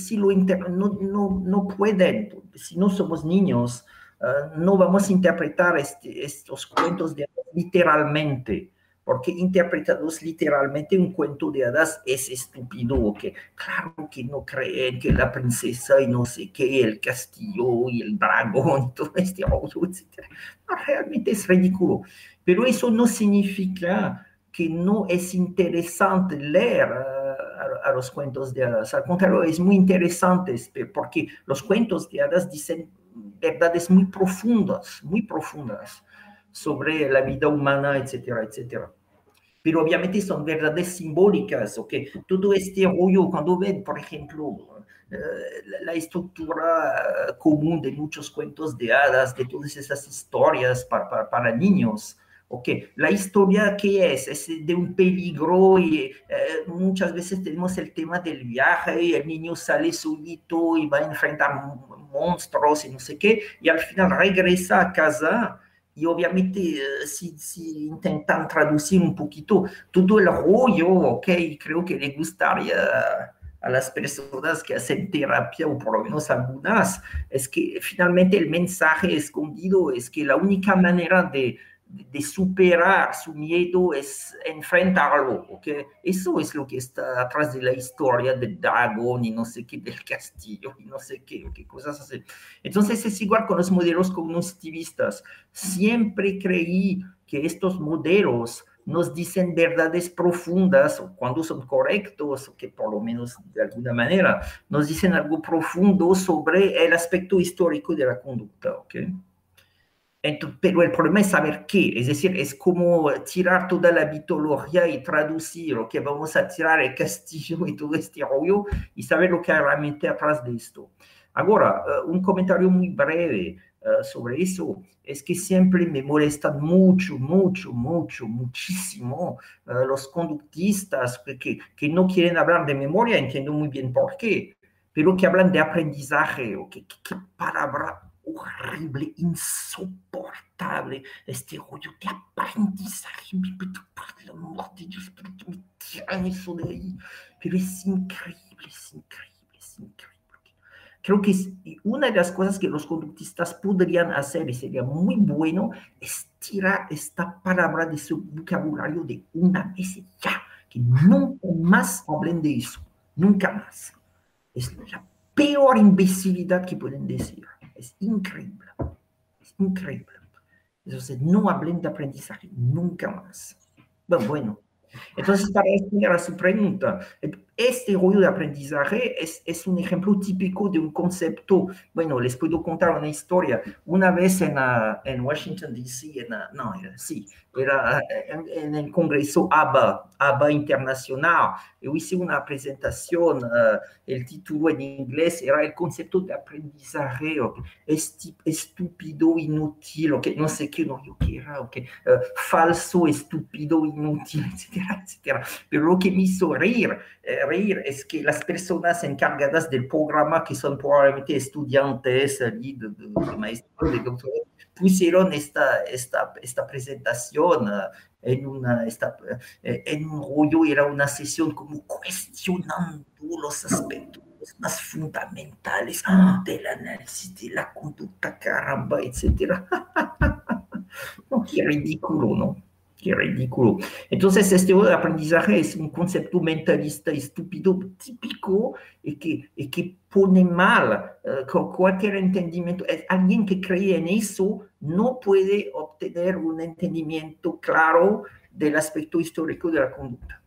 pueden, si no somos niños, no vamos a interpretar estos cuentos de hadas literalmente, porque interpretados literalmente un cuento de hadas es estúpido, que claro que no creen que la princesa y no sé qué, el castillo y el dragón, todo este rollo, etc. No, realmente es ridículo, pero eso no significa que no es interesante leer a los cuentos de hadas. Al contrario, es muy interesante porque los cuentos de hadas dicen verdades muy profundas sobre la vida humana, etcétera, etcétera. Pero obviamente son verdades simbólicas, ¿ok? Todo este rollo, cuando ven, por ejemplo, la estructura común de muchos cuentos de hadas, de todas esas historias para niños, Ok, la historia, ¿qué es? Es de un peligro y muchas veces tenemos el tema del viaje y el niño sale solito y va a enfrentar monstruos y no sé qué, y al final regresa a casa y obviamente si intentan traducir un poquito todo el rollo, ok, creo que le gustaría a las personas que hacen terapia, o por lo menos algunas, es que finalmente el mensaje escondido es que la única manera de superar su miedo es enfrentarlo, ¿ok? Eso es lo que está atrás de la historia del dragón y no sé qué, del castillo y no sé qué, qué cosas así. Entonces es igual con los modelos cognitivistas. Siempre creí que estos modelos nos dicen verdades profundas, o cuando son correctos, o que por lo menos de alguna manera nos dicen algo profundo sobre el aspecto histórico de la conducta, ¿ok? Entonces, pero el problema es saber qué, es decir, es como tirar toda la mitología y traducir lo que vamos a tirar el castillo y todo este rollo y saber lo que hay realmente atrás de esto. Ahora, un comentario muy breve sobre eso es que siempre me molestan muchísimo los conductistas que no quieren hablar de memoria, entiendo muy bien por qué, pero que hablan de aprendizaje, o qué palabra horrible, insoportable, este rollo de aprendizaje, por el amor de Dios, pero que me tiran eso de ahí, pero es increíble, es increíble, es increíble. Creo que una de las cosas que los conductistas podrían hacer, y sería muy bueno, es tirar esta palabra de su vocabulario de una vez ya, que nunca más hablen de eso, nunca más. Es la peor imbecilidad que pueden decir. Es increíble. Es increíble. Entonces, no hablen de aprendizaje nunca más. Bueno. Entonces, para responder a su pregunta, este rollo de aprendizaje es un ejemplo típico de un concepto. Bueno, les puedo contar una historia. Una vez en Washington, D.C., era en el Congreso ABA Internacional, yo hice una presentación, el título en inglés era el concepto de aprendizaje, estúpido, inútil, no sé qué, no, yo qué era, falso, estúpido, inútil, etcétera. Pero lo que me hizo reír es que las personas encargadas del programa, que son probablemente estudiantes de maestro, de doctorado, pusieron esta presentación en un rollo, era una sesión como cuestionando los aspectos más fundamentales del análisis de la conducta, caramba, etcétera. No, qué ridículo, ¿no? Qué ridículo. Entonces, este aprendizaje es un concepto mentalista estúpido típico y que pone mal cualquier entendimiento. Alguien que cree en eso no puede obtener un entendimiento claro del aspecto histórico de la conducta.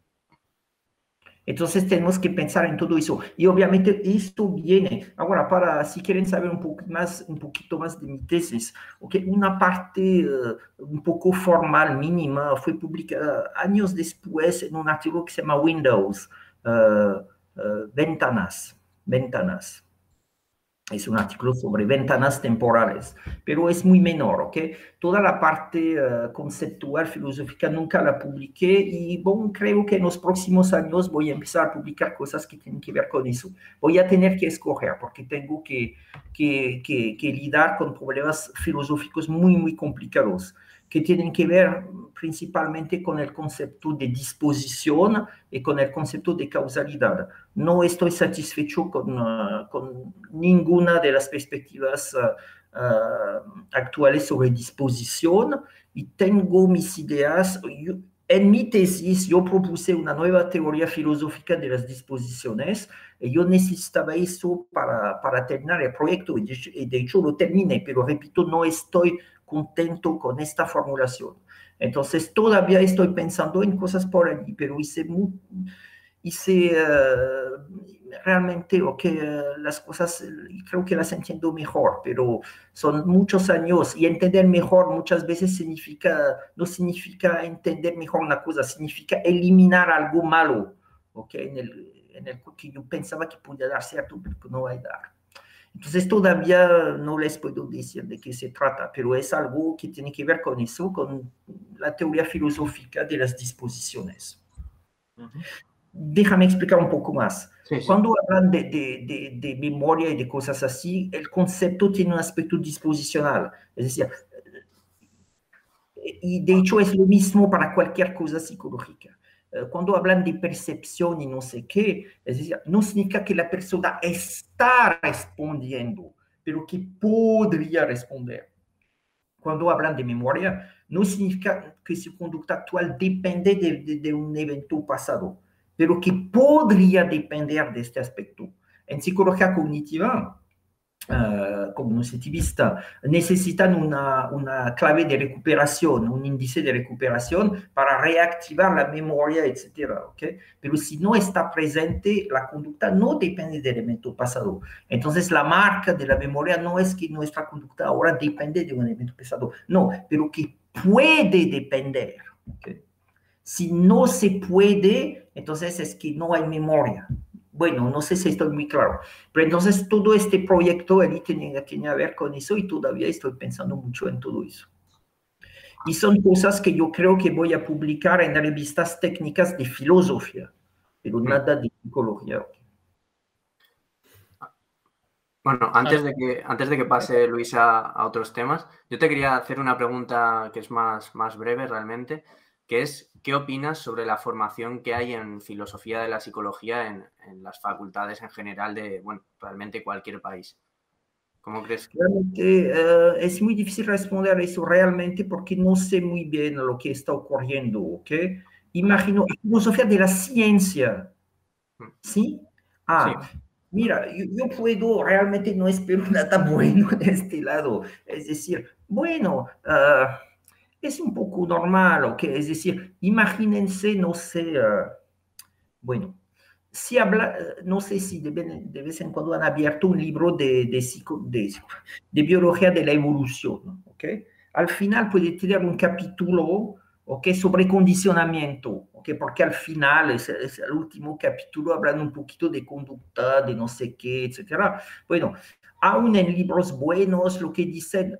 Entonces tenemos que pensar en todo eso. Y obviamente esto viene. Ahora, si quieren saber un poquito más de mi tesis, una parte un poco formal, mínima, fue publicada años después en un artículo que se llama Windows, Ventanas. Es un artículo sobre ventanas temporales, pero es muy menor, ¿ok? Toda la parte conceptual, filosófica, nunca la publiqué y bueno, creo que en los próximos años voy a empezar a publicar cosas que tienen que ver con eso. Voy a tener que escoger porque tengo que lidiar con problemas filosóficos muy complicados que tienen que ver principalmente con el concepto de disposición y con el concepto de causalidad. No estoy satisfecho con ninguna de las perspectivas actuales sobre disposición y tengo mis ideas. En mi tesis yo propuse una nueva teoría filosófica de las disposiciones y yo necesitaba eso para terminar el proyecto y de hecho lo terminé, pero repito, no estoy contento con esta formulación. Entonces todavía estoy pensando en cosas por allí, pero hice realmente las cosas creo que las entiendo mejor, pero son muchos años y entender mejor muchas veces no significa entender mejor una cosa, significa eliminar algo malo, en el que yo pensaba que podía dar cierto, pero que no va a dar. Entonces todavía no les puedo decir de qué se trata, pero es algo que tiene que ver con eso, con la teoría filosófica de las disposiciones. Déjame explicar un poco más. Sí, sí. Cuando hablan de memoria y de cosas así, el concepto tiene un aspecto disposicional. Es decir, y de hecho es lo mismo para cualquier cosa psicológica. Cuando hablan de percepción y no sé qué, es decir, no significa que la persona está respondiendo, pero que podría responder. Cuando hablan de memoria, no significa que su conducta actual depende de un evento pasado, pero que podría depender de este aspecto. En psicología cognitiva, cognitivista, necesitan una clave de recuperación, un índice de recuperación para reactivar la memoria, etcétera, ¿okay? Pero si no está presente, la conducta no depende del evento pasado. Entonces, la marca de la memoria no es que nuestra conducta ahora depende de un evento pasado, no, pero que puede depender, ¿okay? Si no se puede, entonces es que no hay memoria. Bueno, no sé si estoy muy claro, pero entonces todo este proyecto ahí tenía que ver con eso y todavía estoy pensando mucho en todo eso. Y son cosas que yo creo que voy a publicar en revistas técnicas de filosofía, pero nada de psicología. Bueno, antes de que pase Luis a otros temas, yo te quería hacer una pregunta que es más breve realmente, que es, ¿qué opinas sobre la formación que hay en filosofía de la psicología en las facultades en general de, bueno, realmente cualquier país? ¿Cómo crees que...? Realmente es muy difícil responder a eso realmente porque no sé muy bien lo que está ocurriendo, ¿ok? Imagino, filosofía de la ciencia, ¿sí? Sí, Mira, yo puedo, realmente no espero nada bueno de este lado. Es decir, bueno, es un poco normal, ¿ok? Es decir, imagínense, no sé, bueno, si habla, no sé si de vez en cuando han abierto un libro de biología de la evolución, ¿no? ¿Ok? Al final puede tener un capítulo, ¿ok? Sobre condicionamiento, ¿ok? Porque al final, es el último capítulo, hablan un poquito de conducta, de no sé qué, etcétera. Bueno, aún en libros buenos, lo que dicen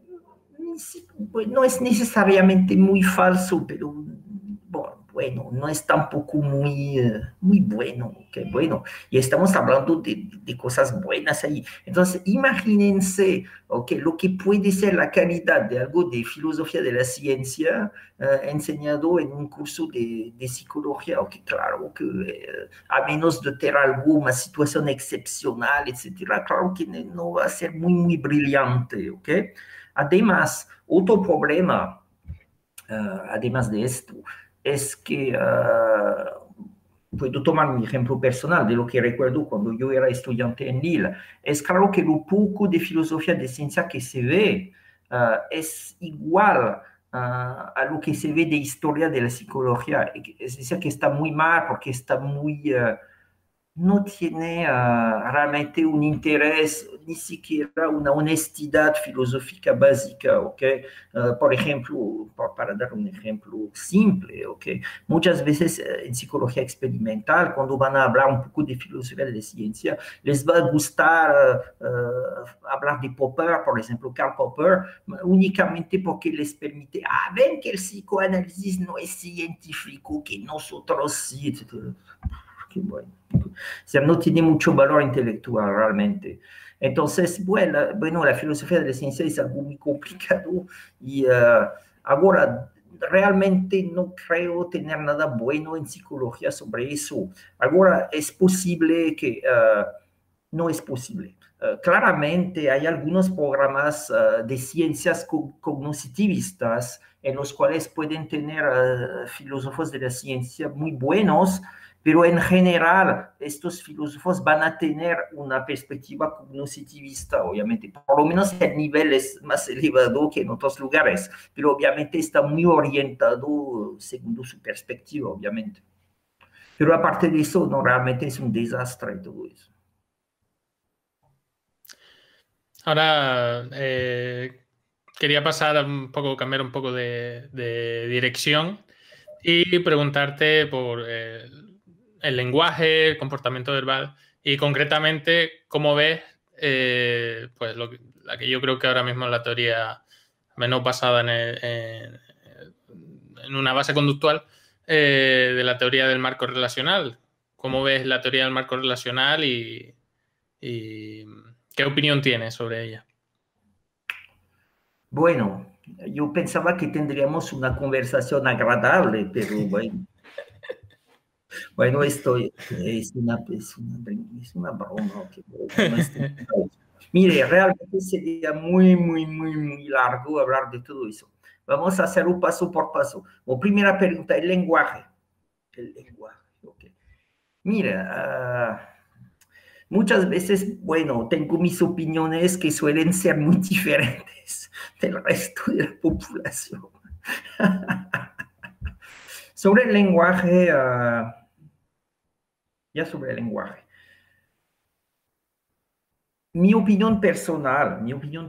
no es necesariamente muy falso, pero bueno, no es tampoco muy bueno, que bueno, y estamos hablando de cosas buenas ahí. Entonces, imagínense, okay, lo que puede ser la calidad de algo de filosofía de la ciencia enseñado en un curso de psicología, okay, claro que a menos de tener alguna situación excepcional, etcétera, claro que no va a ser muy brillante, ¿ok? Además, otro problema, además de esto, es que puedo tomar mi ejemplo personal de lo que recuerdo cuando yo era estudiante en Lille. Es claro que lo poco de filosofía de ciencia que se ve es igual a lo que se ve de historia de la psicología. Es decir, que está muy mal porque está muy... no tiene realmente un interés, ni siquiera una honestidad filosófica básica, ¿ok? Por ejemplo, para dar un ejemplo simple, ¿ok? Muchas veces en psicología experimental, cuando van a hablar un poco de filosofía de la ciencia, les va a gustar hablar de Popper, por ejemplo, Karl Popper, únicamente porque les permite, ven que el psicoanálisis no es científico, que nosotros sí, etc. Qué bueno. O sea, no tiene mucho valor intelectual realmente. Entonces, bueno, la filosofía de la ciencia es algo muy complicado y ahora realmente no creo tener nada bueno en psicología sobre eso. Ahora es posible que no es posible. Claramente hay algunos programas de ciencias cognitivistas en los cuales pueden tener filósofos de la ciencia muy buenos, pero en general estos filósofos van a tener una perspectiva cognitivista, obviamente, por lo menos el nivel es más elevado que en otros lugares, pero obviamente está muy orientado según su perspectiva, obviamente. Pero aparte de eso, no, realmente es un desastre todo eso. Ahora quería pasar cambiar un poco de dirección y preguntarte por el lenguaje, el comportamiento verbal y concretamente cómo ves pues la que yo creo que ahora mismo es la teoría menos basada en una base conductual, de la teoría del marco relacional. ¿Cómo ves la teoría del marco relacional y qué opinión tienes sobre ella? Bueno, yo pensaba que tendríamos una conversación agradable, pero bueno, es una broma. Okay, mire, realmente sería muy largo hablar de todo eso. Vamos a hacerlo paso por paso. Primera pregunta, el lenguaje. El lenguaje, ok. Mira, muchas veces, bueno, tengo mis opiniones que suelen ser muy diferentes del resto de la población. Sobre el lenguaje, sobre el lenguaje. Mi opinión personal,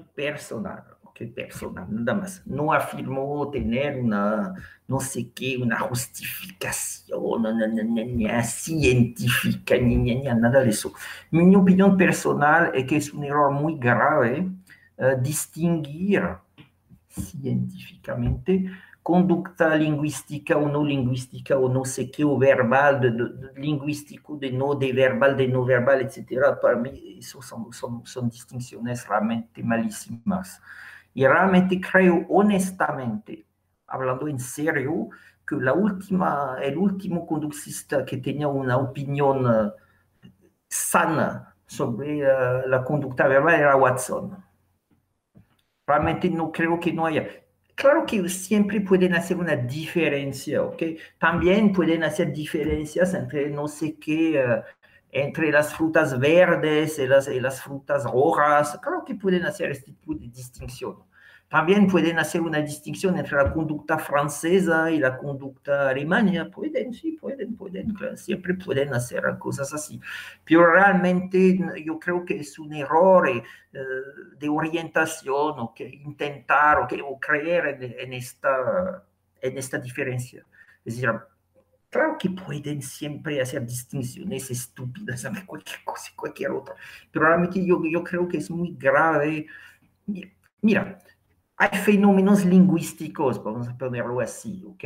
ok, personal, nada más. No afirmo tener no sé qué, una justificación científica, nada de eso. Mi opinión personal es que es un error muy grave distinguir científicamente conducta lingüística o no sé qué, o verbal, lingüístico, de no verbal, etc. Para mí, eso son distinciones realmente malísimas. Y realmente creo, honestamente, hablando en serio, que el último conductista que tenía una opinión sana sobre la conducta verbal era Watson. Realmente no creo que no haya. Claro que siempre pueden hacer una diferencia, ¿ok? También pueden hacer diferencias entre no sé qué, entre las frutas verdes y las frutas rojas. Claro que pueden hacer este tipo de distinción. También pueden hacer una distinción entre la conducta francesa y la conducta alemana. Pueden, sí, pueden, claro, siempre pueden hacer cosas así. Pero realmente yo creo que es un error de orientación, o que intentar o creer en esta diferencia. Es decir, claro que pueden siempre hacer distinciones estúpidas, cualquier cosa, cualquier otra, pero realmente yo creo que es muy grave. Mira, hay fenómenos lingüísticos, vamos a ponerlo así, ¿ok?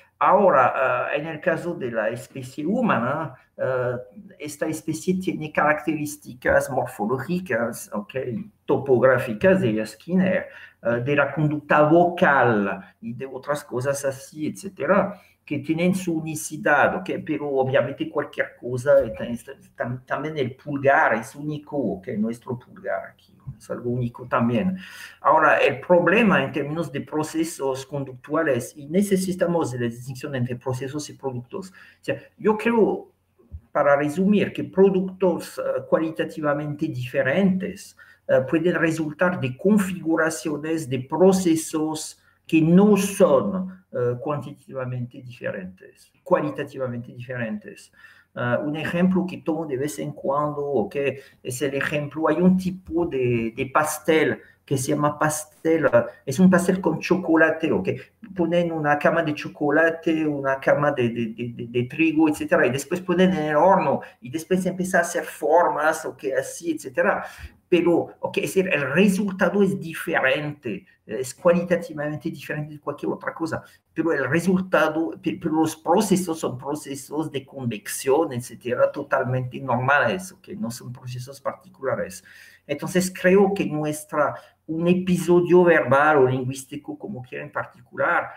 Ahora, en el caso de la especie humana, esta especie tiene características morfológicas, ¿okay? Topográficas de Skinner, de la conducta vocal y de otras cosas así, etcétera, que tienen su unicidad, ¿okay? Pero obviamente cualquier cosa, también el pulgar es único, ¿okay? Nuestro pulgar aquí es algo único también. Ahora, el problema en términos de procesos conductuales, y necesitamos de la distinción entre procesos y productos. O sea, yo creo, para resumir, que productos cualitativamente diferentes pueden resultar de configuraciones de procesos que no son cuantitativamente diferentes, cualitativamente diferentes. Un ejemplo que tomo de vez en cuando, okay, es el ejemplo, hay un tipo de pastel que se llama pastel, es un pastel con chocolate, okay. Ponen una cama de chocolate, una cama de trigo, etcétera, y después ponen en el horno, y después empieza a hacer formas, okay, así, etcétera. Pero, okay, es decir, el resultado es diferente, es cualitativamente diferente de cualquier otra cosa, pero el resultado, pero los procesos son procesos de convección, etcétera, totalmente normales, okay, no son procesos particulares. Entonces, creo que un episodio verbal o lingüístico, como quiera en particular,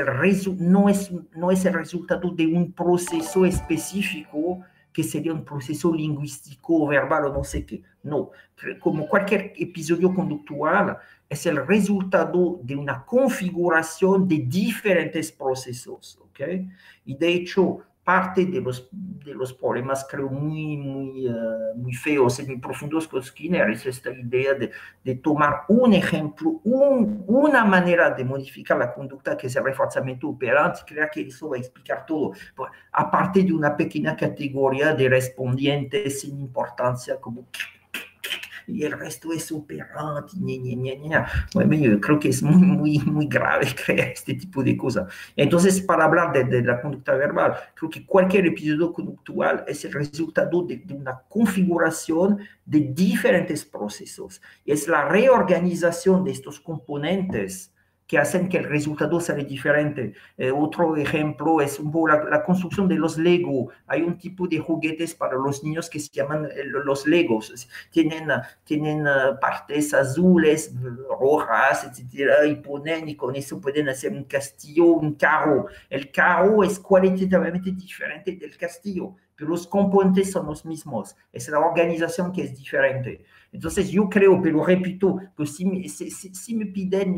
no es el resultado de un proceso específico que sería un proceso lingüístico, verbal o no sé qué. No, como cualquier episodio conductual, es el resultado de una configuración de diferentes procesos, ¿ok? Y de hecho, parte de los problemas, creo, muy feos y muy profundos con Skinner es esta idea de tomar un ejemplo, una manera de modificar la conducta que es el reforzamiento operante, y creer que eso va a explicar todo, aparte de una pequeña categoría de respondientes sin importancia, como y el resto es operante. Bueno, yo creo que es muy grave creer este tipo de cosas. Entonces, para hablar de la conducta verbal, creo que cualquier episodio conductual es el resultado de una configuración de diferentes procesos. Es la reorganización de estos componentes que hacen que el resultado sea diferente. Otro ejemplo es un poco la construcción de los Lego. Hay un tipo de juguetes para los niños que se llaman los Legos. Tienen partes azules, rojas, etcétera, y con eso pueden hacer un castillo, un carro. El carro es cualitativamente diferente del castillo, pero los componentes son los mismos. Es la organización que es diferente. Entonces yo creo, pero repito, pues si me piden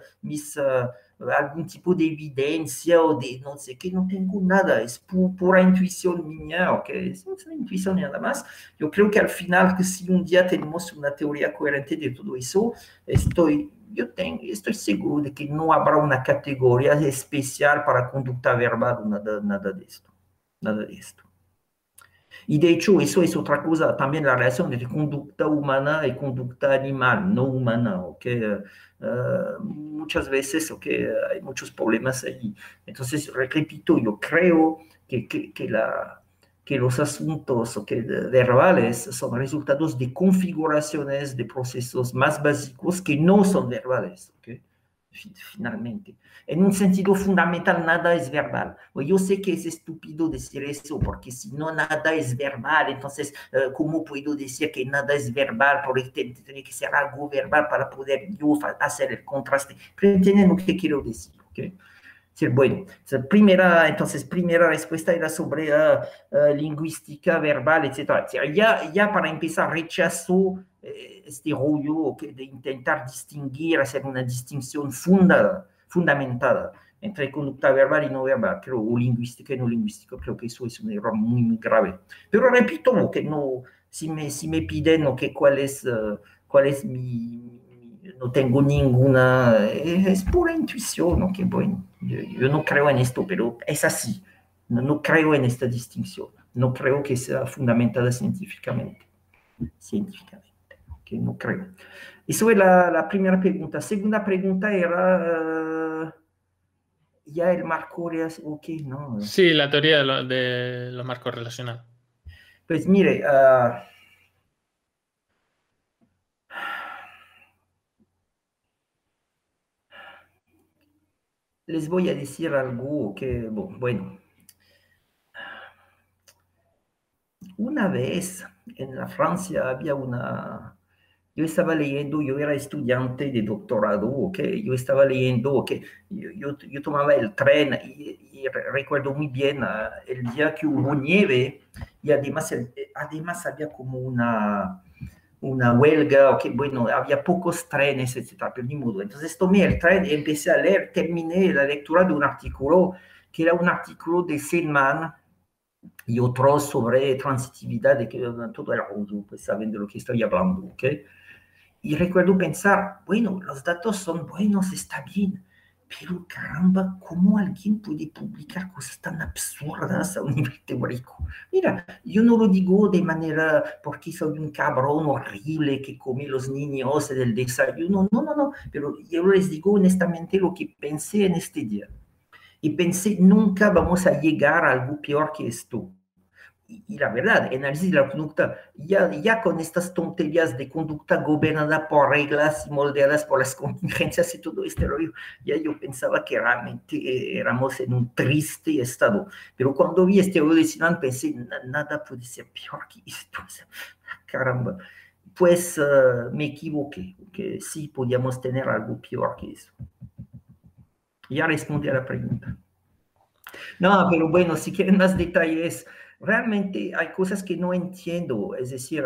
algún tipo de evidencia o de no sé qué, no tengo nada, es pura intuición mía, okay? Es una intuición nada más. Yo creo que al final, que si un día tenemos una teoría coherente de todo eso, estoy seguro de que no habrá una categoría especial para conducta verbal o nada de esto. Nada de esto. Y de hecho, eso es otra cosa, también la relación entre conducta humana y conducta animal, no humana, ¿ok? Muchas veces, ¿ok? Hay muchos problemas ahí. Entonces, repito, yo creo que los asuntos, ¿ok? verbales son resultados de configuraciones de procesos más básicos que no son verbales, ¿ok? Finalmente. En un sentido fundamental, nada es verbal. Yo sé que es estúpido decir eso, porque si no nada es verbal, entonces, ¿cómo puedo decir que nada es verbal? Porque tiene que ser algo verbal para poder yo hacer el contraste. Pero entienden lo que quiero decir, ¿ok? Bueno, primera respuesta era sobre lingüística verbal, etc. Ya para empezar, rechazo este rollo de intentar distinguir, hacer una distinción fundamentada entre conducta verbal y no verbal, creo, o lingüística y no lingüística. Creo que eso es un error muy grave. Pero repito, que no, si me piden cuál es no tengo ninguna, es pura intuición, ¿no? Que bueno, yo no creo en esto, pero es así. No creo en esta distinción. No creo que sea fundamentada científicamente. Que no creo. Eso es la primera pregunta. Segunda pregunta era ya el marco ok, ¿no? Sí, la teoría de los marcos relacionales. Pues mire, les voy a decir algo que, bueno, una vez en la Francia había yo estaba leyendo, yo era estudiante de doctorado, ¿ok? Yo estaba leyendo, ¿ok? Yo tomaba el tren y recuerdo muy bien el día que hubo nieve y además había como una huelga, ok, bueno, había pocos trenes, etcétera, pero ni modo. Entonces tomé el tren y empecé a leer, terminé la lectura de un artículo que era un artículo de Seidman y otro sobre transitividad, de que todo era rudo, pues saben de lo que estoy hablando, ¿ok? Y recuerdo pensar, bueno, los datos son buenos, está bien, pero caramba, ¿cómo alguien puede publicar cosas tan absurdas a un nivel teórico? Mira, yo no lo digo de manera porque soy un cabrón horrible que come los niños del desayuno, no, pero yo les digo honestamente lo que pensé en este día. Y pensé, nunca vamos a llegar a algo peor que esto. Y la verdad, análisis de la conducta, ya con estas tonterías de conducta gobernada por reglas y moldeadas por las contingencias y todo este rollo, ya yo pensaba que realmente éramos en un triste estado. Pero cuando vi este rollo de Sinan, pensé, nada puede ser peor que esto. Caramba. Pues me equivoqué, que sí podíamos tener algo peor que eso. Ya respondí a la pregunta. No, pero bueno, si quieren más detalles, realmente hay cosas que no entiendo. Es decir,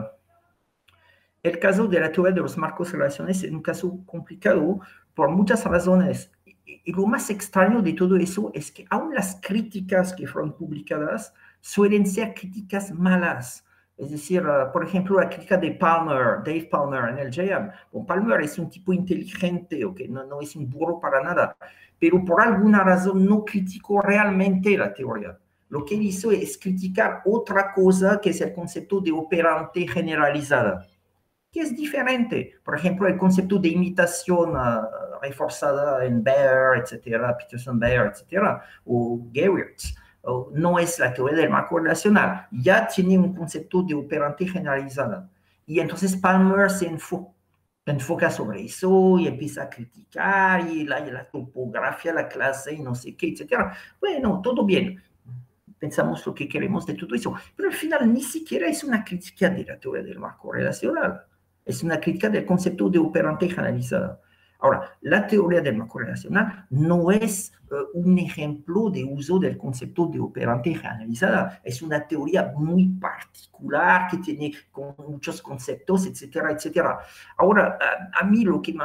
el caso de la teoría de los marcos relacionales es un caso complicado por muchas razones. Y lo más extraño de todo eso es que aún las críticas que fueron publicadas suelen ser críticas malas. Es decir, por ejemplo, la crítica de Dave Palmer en el JAM. Bueno, Palmer es un tipo inteligente, okay, no es un burro para nada, pero por alguna razón no criticó realmente la teoría. Lo que hizo es criticar otra cosa que es el concepto de operante generalizada. que es diferente. Por ejemplo, el concepto de imitación reforzada en Bayer, etcétera, Peterson Bayer, etcétera, o Gewirtz, no es la teoría del marco relacional. Ya tiene un concepto de operante generalizada. Y entonces Palmer se enfoca sobre eso y empieza a criticar y la topografía, la clase y no sé qué, etcétera. Bueno, todo bien. Pensamos lo que queremos de todo eso, pero al final ni siquiera es una crítica de la teoría del marco relacional, es una crítica del concepto de operante generalizada. Ahora, la teoría del marco relacional no es un ejemplo de uso del concepto de operante generalizada, es una teoría muy particular que tiene muchos conceptos, etcétera, etcétera. Ahora, a mí lo que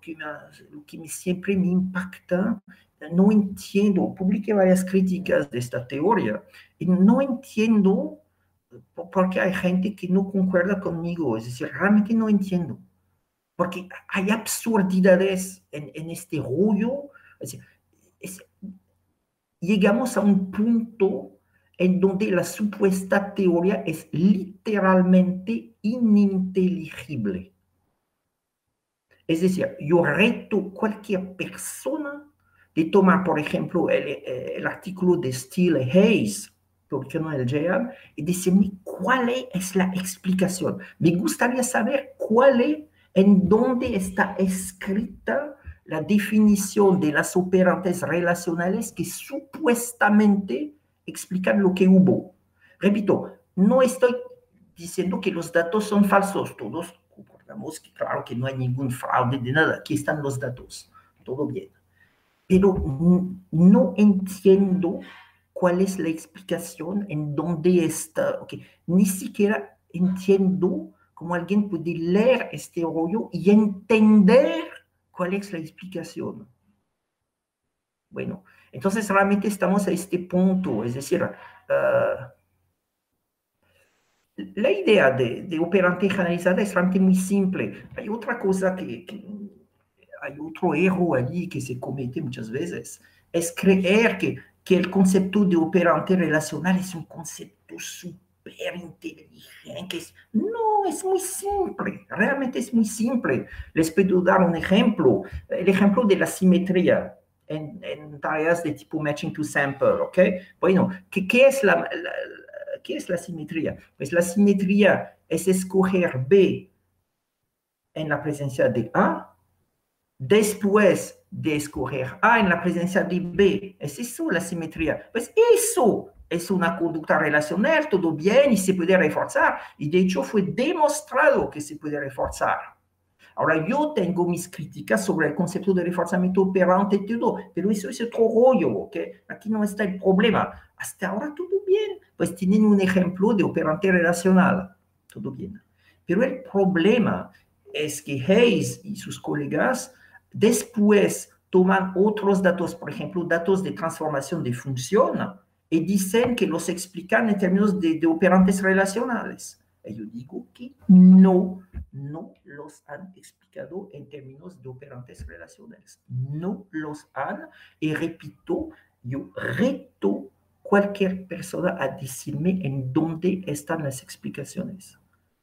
siempre me impacta, no entiendo, publiqué varias críticas de esta teoría y no entiendo por qué hay gente que no concuerda conmigo, es decir, realmente no entiendo, porque hay absurdidades en este rollo, es decir, llegamos a un punto en donde la supuesta teoría es literalmente ininteligible. Es decir, yo reto a cualquier persona de tomar, por ejemplo, el artículo de Steele Hayes, publicado en el JAB, y decirme cuál es la explicación. Me gustaría saber en dónde está escrita la definición de las operantes relacionales que supuestamente explican lo que hubo. Repito, no estoy diciendo que los datos son falsos, todos concordamos que claro que no hay ningún fraude de nada, aquí están los datos, todo bien. Pero no entiendo cuál es la explicación en dónde está, okay. Ni siquiera entiendo cómo alguien puede leer este rollo y entender cuál es la explicación. Bueno, entonces realmente estamos a este punto, es decir, la idea de operante generalizada es realmente muy simple. Hay otra cosa hay otro error allí que se comete muchas veces, es creer que el concepto de operante relacional es un concepto súper inteligente. No, es muy simple, realmente es muy simple. Les puedo dar un ejemplo, el ejemplo de la simetría en tareas de tipo matching to sample, ¿ok? Bueno, ¿qué es ¿qué es la simetría? Pues la simetría es escoger B en la presencia de A, después de escoger A en la presencia de B. ¿Es eso la simetría? Pues eso es una conducta relacional, todo bien, y se puede reforzar. Y de hecho fue demostrado que se puede reforzar. Ahora, yo tengo mis críticas sobre el concepto de reforzamiento operante y todo, pero eso es otro rollo, ¿ok? Aquí no está el problema. Hasta ahora todo bien, pues tienen un ejemplo de operante relacional, todo bien. Pero el problema es que Hayes y sus colegas después toman otros datos, por ejemplo, datos de transformación de función, y dicen que los explican en términos de operantes relacionales. Y yo digo que no los han explicado en términos de operantes relacionales. No los han, y repito, yo reto cualquier persona a decirme en dónde están las explicaciones.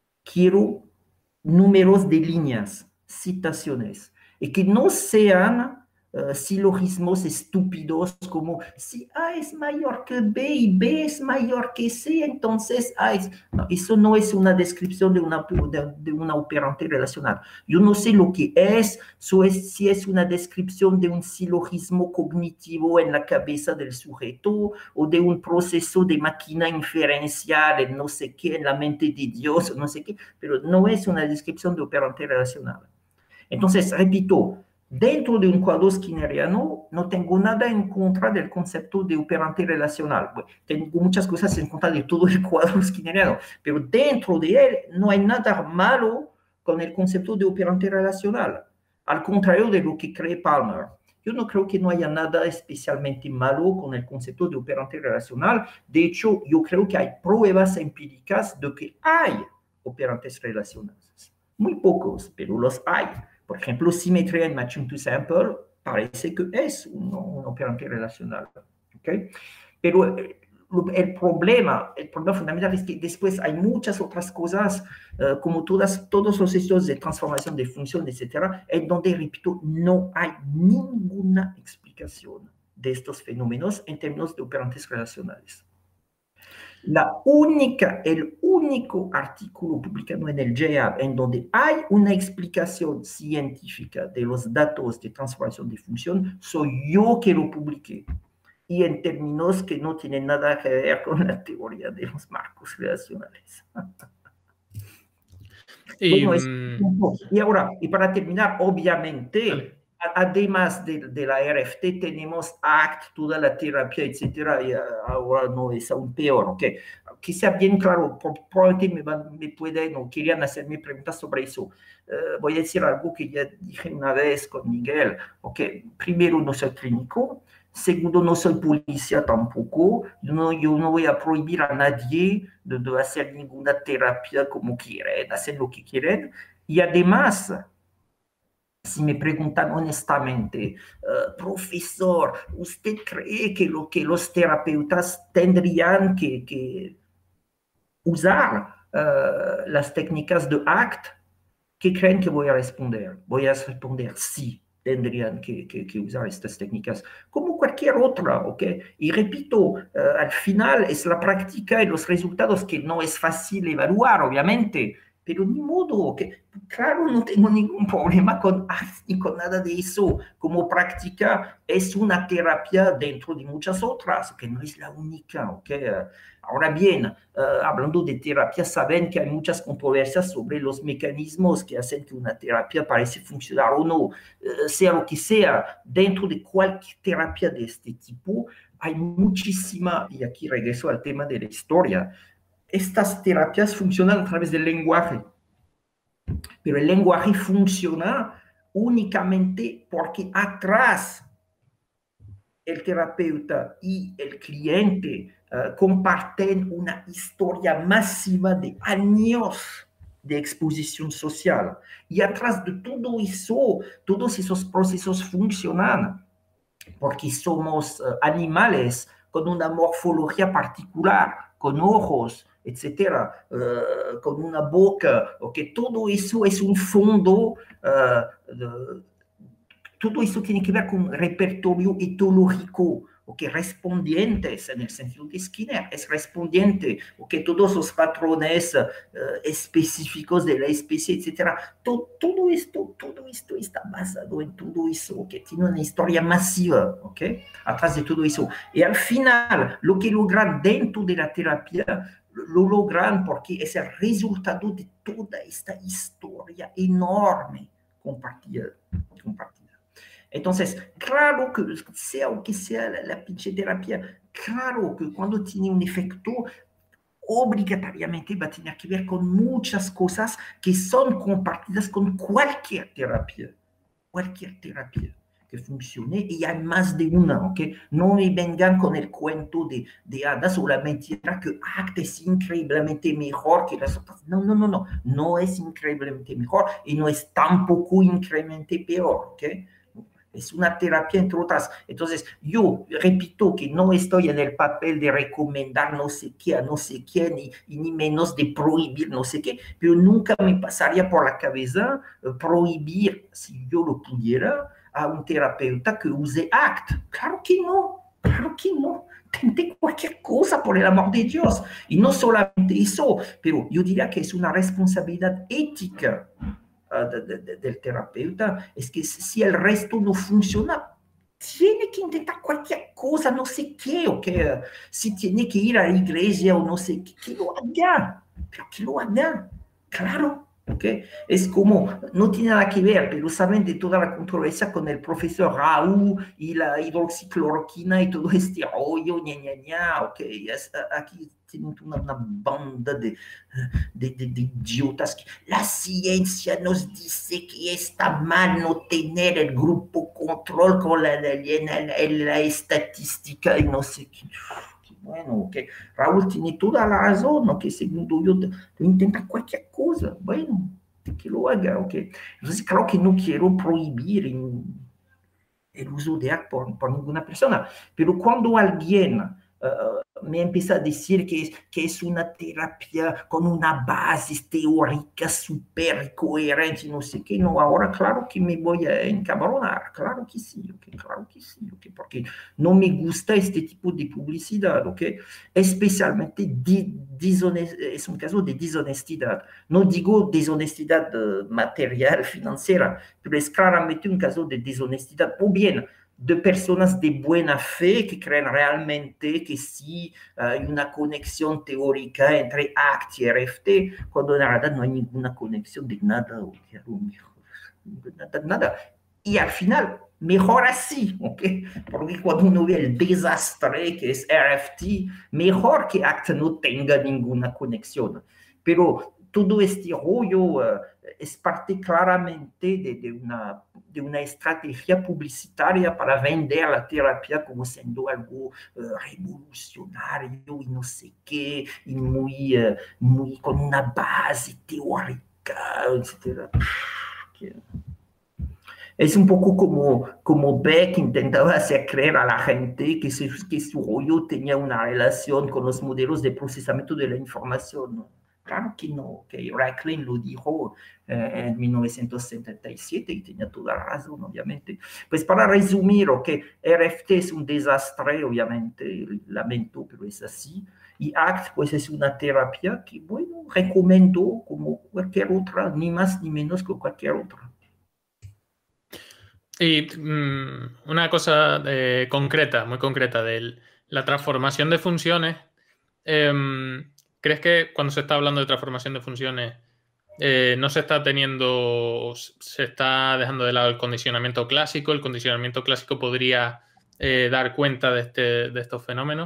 Quiero números de líneas, citaciones, y que no sean silogismos estúpidos como si A es mayor que B y B es mayor que C, entonces A es... No, eso no es una descripción de una operante relacional. Yo no sé lo que es, si es una descripción de un silogismo cognitivo en la cabeza del sujeto o de un proceso de máquina inferencial en no sé qué, en la mente de Dios, no sé qué, pero no es una descripción de operante relacional. Entonces, repito, dentro de un cuadro skinneriano no tengo nada en contra del concepto de operante relacional. Bueno, tengo muchas cosas en contra de todo el cuadro skinneriano, pero dentro de él no hay nada malo con el concepto de operante relacional. Al contrario de lo que cree Palmer. Yo no creo que no haya nada especialmente malo con el concepto de operante relacional. De hecho, yo creo que hay pruebas empíricas de que hay operantes relacionales. Muy pocos, pero los hay. Por ejemplo, simetría en matching to sample parece que es un operante relacional. ¿Okay? Pero el problema fundamental es que después hay muchas otras cosas, como todos los estudios de transformación de función, etcétera, en donde, repito, no hay ninguna explicación de estos fenómenos en términos de operantes relacionales. El único artículo publicado en el JAB en donde hay una explicación científica de los datos de transformación de función, soy yo que lo publiqué. Y en términos que no tienen nada que ver con la teoría de los marcos relacionales. Y ahora, y para terminar, obviamente, además de la RFT, tenemos ACT, toda la terapia, etcétera, y ahora no es aún peor, ¿ok? Que sea bien claro, probablemente me pueden o querían hacerme preguntas sobre eso. Voy a decir algo que ya dije una vez con Miguel, ¿ok? Primero, no soy clínico. Segundo, no soy policía tampoco. Yo no voy a prohibir a nadie de hacer ninguna terapia como quieren, hacer lo que quieren. Y además, si me preguntan honestamente, profesor, ¿usted cree que los terapeutas tendrían que usar las técnicas de ACT? ¿Qué creen que voy a responder? Voy a responder sí. Tendrían que usar estas técnicas como cualquier otra, ¿ok? Y repito, al final es la práctica y los resultados que no es fácil evaluar, obviamente, pero ni modo, que claro, no tengo ningún problema con ni con nada de eso. Como práctica es una terapia dentro de muchas otras, que no es la única, ¿ok? Ahora bien, hablando de terapia, saben que hay muchas controversias sobre los mecanismos que hacen que una terapia parece funcionar o no. Sea lo que sea, dentro de cualquier terapia de este tipo, hay muchísima, y aquí regreso al tema de la historia, estas terapias funcionan a través del lenguaje, pero el lenguaje funciona únicamente porque atrás el terapeuta y el cliente comparten una historia masiva de años de exposición social. Y atrás de todo eso, todos esos procesos funcionan porque somos animales con una morfología particular, con ojos, etcétera, con una boca, que todo eso es un fondo, todo eso tiene que ver con repertorio etológico, respondientes en el sentido de Skinner, es respondiente, todos los patrones específicos de la especie, etcétera, todo esto está basado en todo eso, que tiene una historia masiva, atrás de todo eso. Y al final, lo que logran dentro de la terapia, lo logran porque es el resultado de toda esta historia enorme compartida. Entonces, claro que sea o que sea la pinche terapia, claro que cuando tiene un efecto, obligatoriamente va a tener que ver con muchas cosas que son compartidas con cualquier terapia que funcione, y hay más de una, ¿ok? No me vengan con el cuento de hadas o la mentira que ACT es increíblemente mejor que las otras. No es increíblemente mejor y no es tampoco increíblemente peor, ¿ok? Es una terapia entre otras. Entonces, yo repito que no estoy en el papel de recomendar no sé qué a no sé quién, y ni menos de prohibir no sé qué, pero nunca me pasaría por la cabeza prohibir, si yo lo pudiera, a un terapeuta que use ACT. Claro que no. Tente cualquier cosa, por el amor de Dios. Y no solamente eso, pero yo diría que es una responsabilidad ética del terapeuta, es que si el resto no funciona, tiene que intentar cualquier cosa, no sé qué, si tiene que ir a la iglesia o no sé qué, que lo haga, pero que lo haga, claro. Es como, no tiene nada que ver, pero saben de toda la controversia con el profesor Raúl y la hidroxicloroquina y todo este rollo, aquí tienen una banda de idiotas. La ciencia nos dice que está mal no tener el grupo control con la estadística y no sé qué. Bueno, Raúl tiene toda la razón, que segundo yo intenta cualquier cosa, bueno, que lo haga, Entonces, claro que no quiero prohibir el uso de ACT por ninguna persona, pero cuando alguien me empieza a decir que es una terapia con una base teórica súper coherente, no sé qué, no, ahora claro que me voy a encabronar, claro que sí, porque no me gusta este tipo de publicidad, especialmente es un caso de deshonestidad, no digo deshonestidad material, financiera, pero es claramente un caso de deshonestidad, o bien de personas de buena fe que creen realmente que sí hay una conexión teórica entre ACT y RFT, cuando en realidad no hay ninguna conexión de nada, nada. Y al final, mejor así, porque cuando uno ve el desastre que es RFT, mejor que ACT no tenga ninguna conexión. Pero todo este rollo es parte claramente de una estrategia publicitaria para vender la terapia como siendo algo revolucionario y no sé qué, y muy con una base teórica, etc. Es un poco como Beck intentaba hacer creer a la gente que su rollo tenía una relación con los modelos de procesamiento de la información, ¿no? Claro que no, que Racklin lo dijo en 1977 y tenía toda la razón, obviamente. Pues para resumir, RFT es un desastre, obviamente, lamento, pero es así. Y ACT, pues es una terapia que, bueno, recomiendo como cualquier otra, ni más ni menos que cualquier otra. Y una cosa concreta, muy concreta, de la transformación de funciones. ¿Crees que cuando se está hablando de transformación de funciones no se está se está dejando de lado el condicionamiento clásico? ¿El condicionamiento clásico podría dar cuenta de estos fenómenos?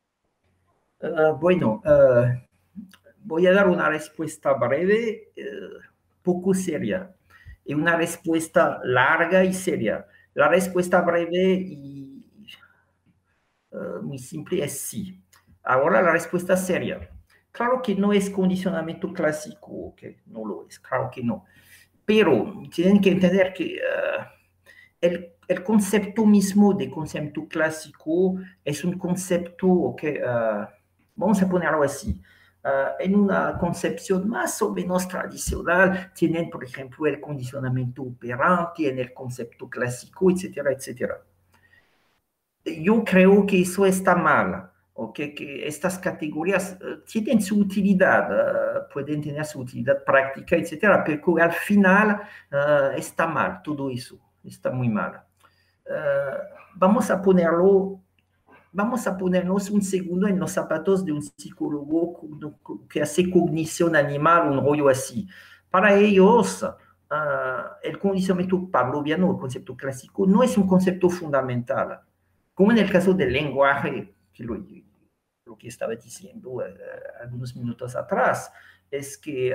Bueno, voy a dar una respuesta breve, poco seria, y una respuesta larga y seria. La respuesta breve y muy simple es sí. Ahora la respuesta seria. Claro que no es condicionamiento clásico, no lo es, claro que no. Pero tienen que entender que el concepto mismo de concepto clásico es un concepto que, vamos a ponerlo así, en una concepción más o menos tradicional, tienen, por ejemplo, el condicionamiento operante en el concepto clásico, etcétera, etcétera. Yo creo que eso está mal, que estas categorías tienen su utilidad, pueden tener su utilidad práctica, etcétera, pero al final está mal todo eso, está muy mal. Vamos a ponernos un segundo en los zapatos de un psicólogo que hace cognición animal, un rollo así. Para ellos, el condicionamiento pavloviano, el concepto clásico, no es un concepto fundamental. Como en el caso del lenguaje, que lo que estaba diciendo algunos minutos atrás, es que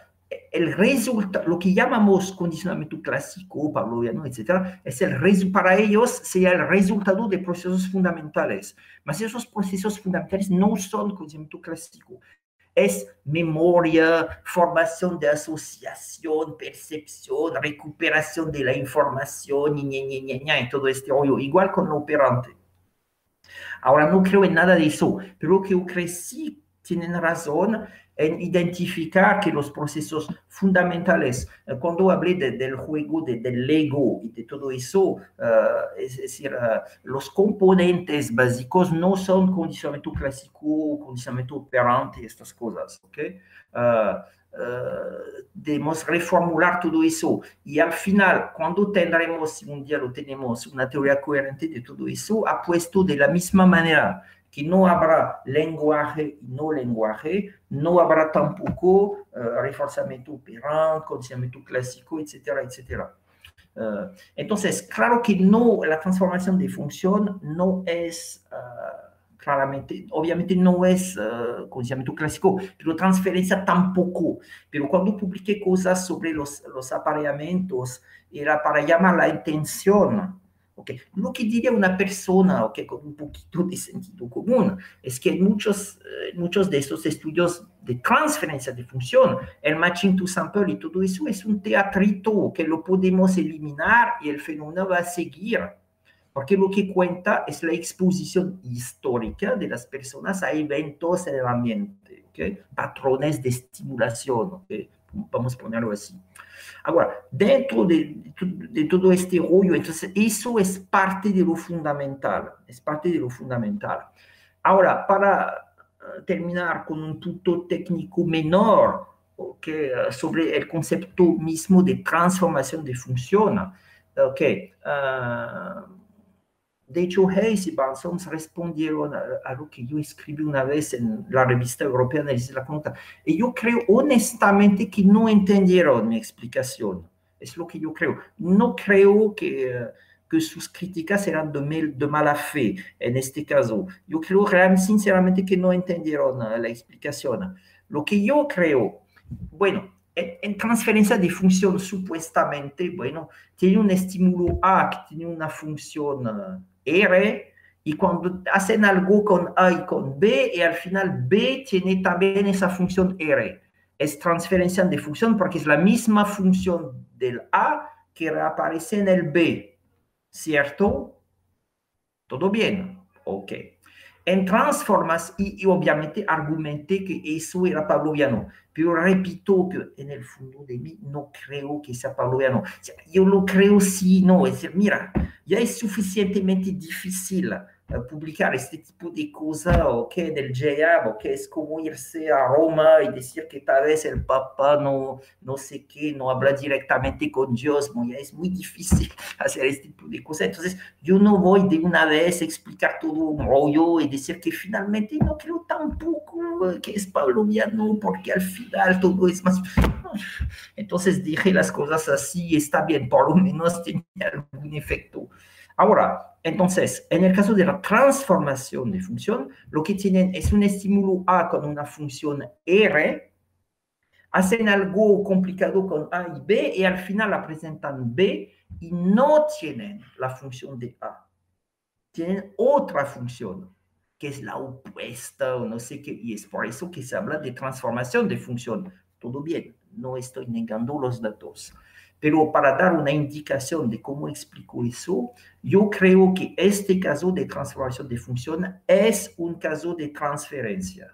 lo que llamamos condicionamiento clásico, pavloviano, etc., para ellos sería el resultado de procesos fundamentales. Mas esos procesos fundamentales no son condicionamiento clásico. Es memoria, formación de asociación, percepción, recuperación de la información, y todo este rollo, igual con lo operante. Ahora, no creo en nada de eso, pero creo que sí tienen razón en identificar que los procesos fundamentales, cuando hablé del juego del Lego y de todo eso, es decir, los componentes básicos no son condicionamiento clásico, condicionamiento operante, estas cosas, ¿ok? Debemos reformular todo eso y al final, cuando tendremos, si un día lo tenemos, una teoría coherente de todo eso, apuesto de la misma manera que no habrá lenguaje y no lenguaje, no habrá tampoco reforzamiento operante, condicionamiento clásico, etcétera, etcétera. Entonces, claro que no, la transformación de función no es claramente, obviamente no es condicionamiento clásico, pero transferencia tampoco. Pero cuando publiqué cosas sobre los apareamientos, era para llamar la atención. Lo que diría una persona con un poquito de sentido común es que en muchos de estos estudios de transferencia de función, el matching to sample y todo eso es un teatrito que lo podemos eliminar y el fenómeno va a seguir. porque lo que cuenta es la exposición histórica de las personas a eventos en el ambiente, ¿okay? Patrones de estimulación, ¿okay? Vamos a ponerlo así. Ahora, dentro de todo este rollo, entonces eso es parte de lo fundamental, es parte de lo fundamental. Ahora, para terminar con un punto técnico menor, okay, sobre el concepto mismo de transformación de función, okay, de hecho, Hayes y Parsons respondieron a lo que yo escribí una vez en la revista europea de Análisis de la Conducta. Y yo creo honestamente que no entendieron mi explicación. Es lo que yo creo. No creo que sus críticas eran de mala fe en este caso. Yo creo realmente, sinceramente, que no entendieron la explicación. Lo que yo creo, bueno, en transferencia de función, supuestamente, bueno, tiene un estímulo A que tiene una función R, y cuando hacen algo con A y con B, y al final B tiene también esa función R. Es transferencia de función porque es la misma función del A que reaparece en el B, ¿cierto? ¿Todo bien? Ok. En transformas, y obviamente argumenté que eso era pavloviano, pero repito que en el fondo de mí no creo que sea pavloviano. O sea, yo lo creo sí, no, es decir, mira, ya es suficientemente difícil publicar este tipo de cosas, okay, del JAB, okay, es como irse a Roma y decir que tal vez el Papa no sé qué, no habla directamente con Dios, ya es muy difícil hacer este tipo de cosas. Entonces, yo no voy de una vez a explicar todo un rollo y decir que finalmente no creo tampoco que es pavloviano, porque al final todo es más... Entonces dije las cosas así, está bien, por lo menos tiene algún efecto. Ahora, entonces, en el caso de la transformación de función, lo que tienen es un estímulo A con una función R, hacen algo complicado con A y B, y al final la presentan B, y no tienen la función de A. Tienen otra función, que es la opuesta, o no sé qué, y es por eso que se habla de transformación de función. Todo bien, no estoy negando los datos. Pero para dar una indicación de cómo explico eso, yo creo que este caso de transformación de función es un caso de transferencia,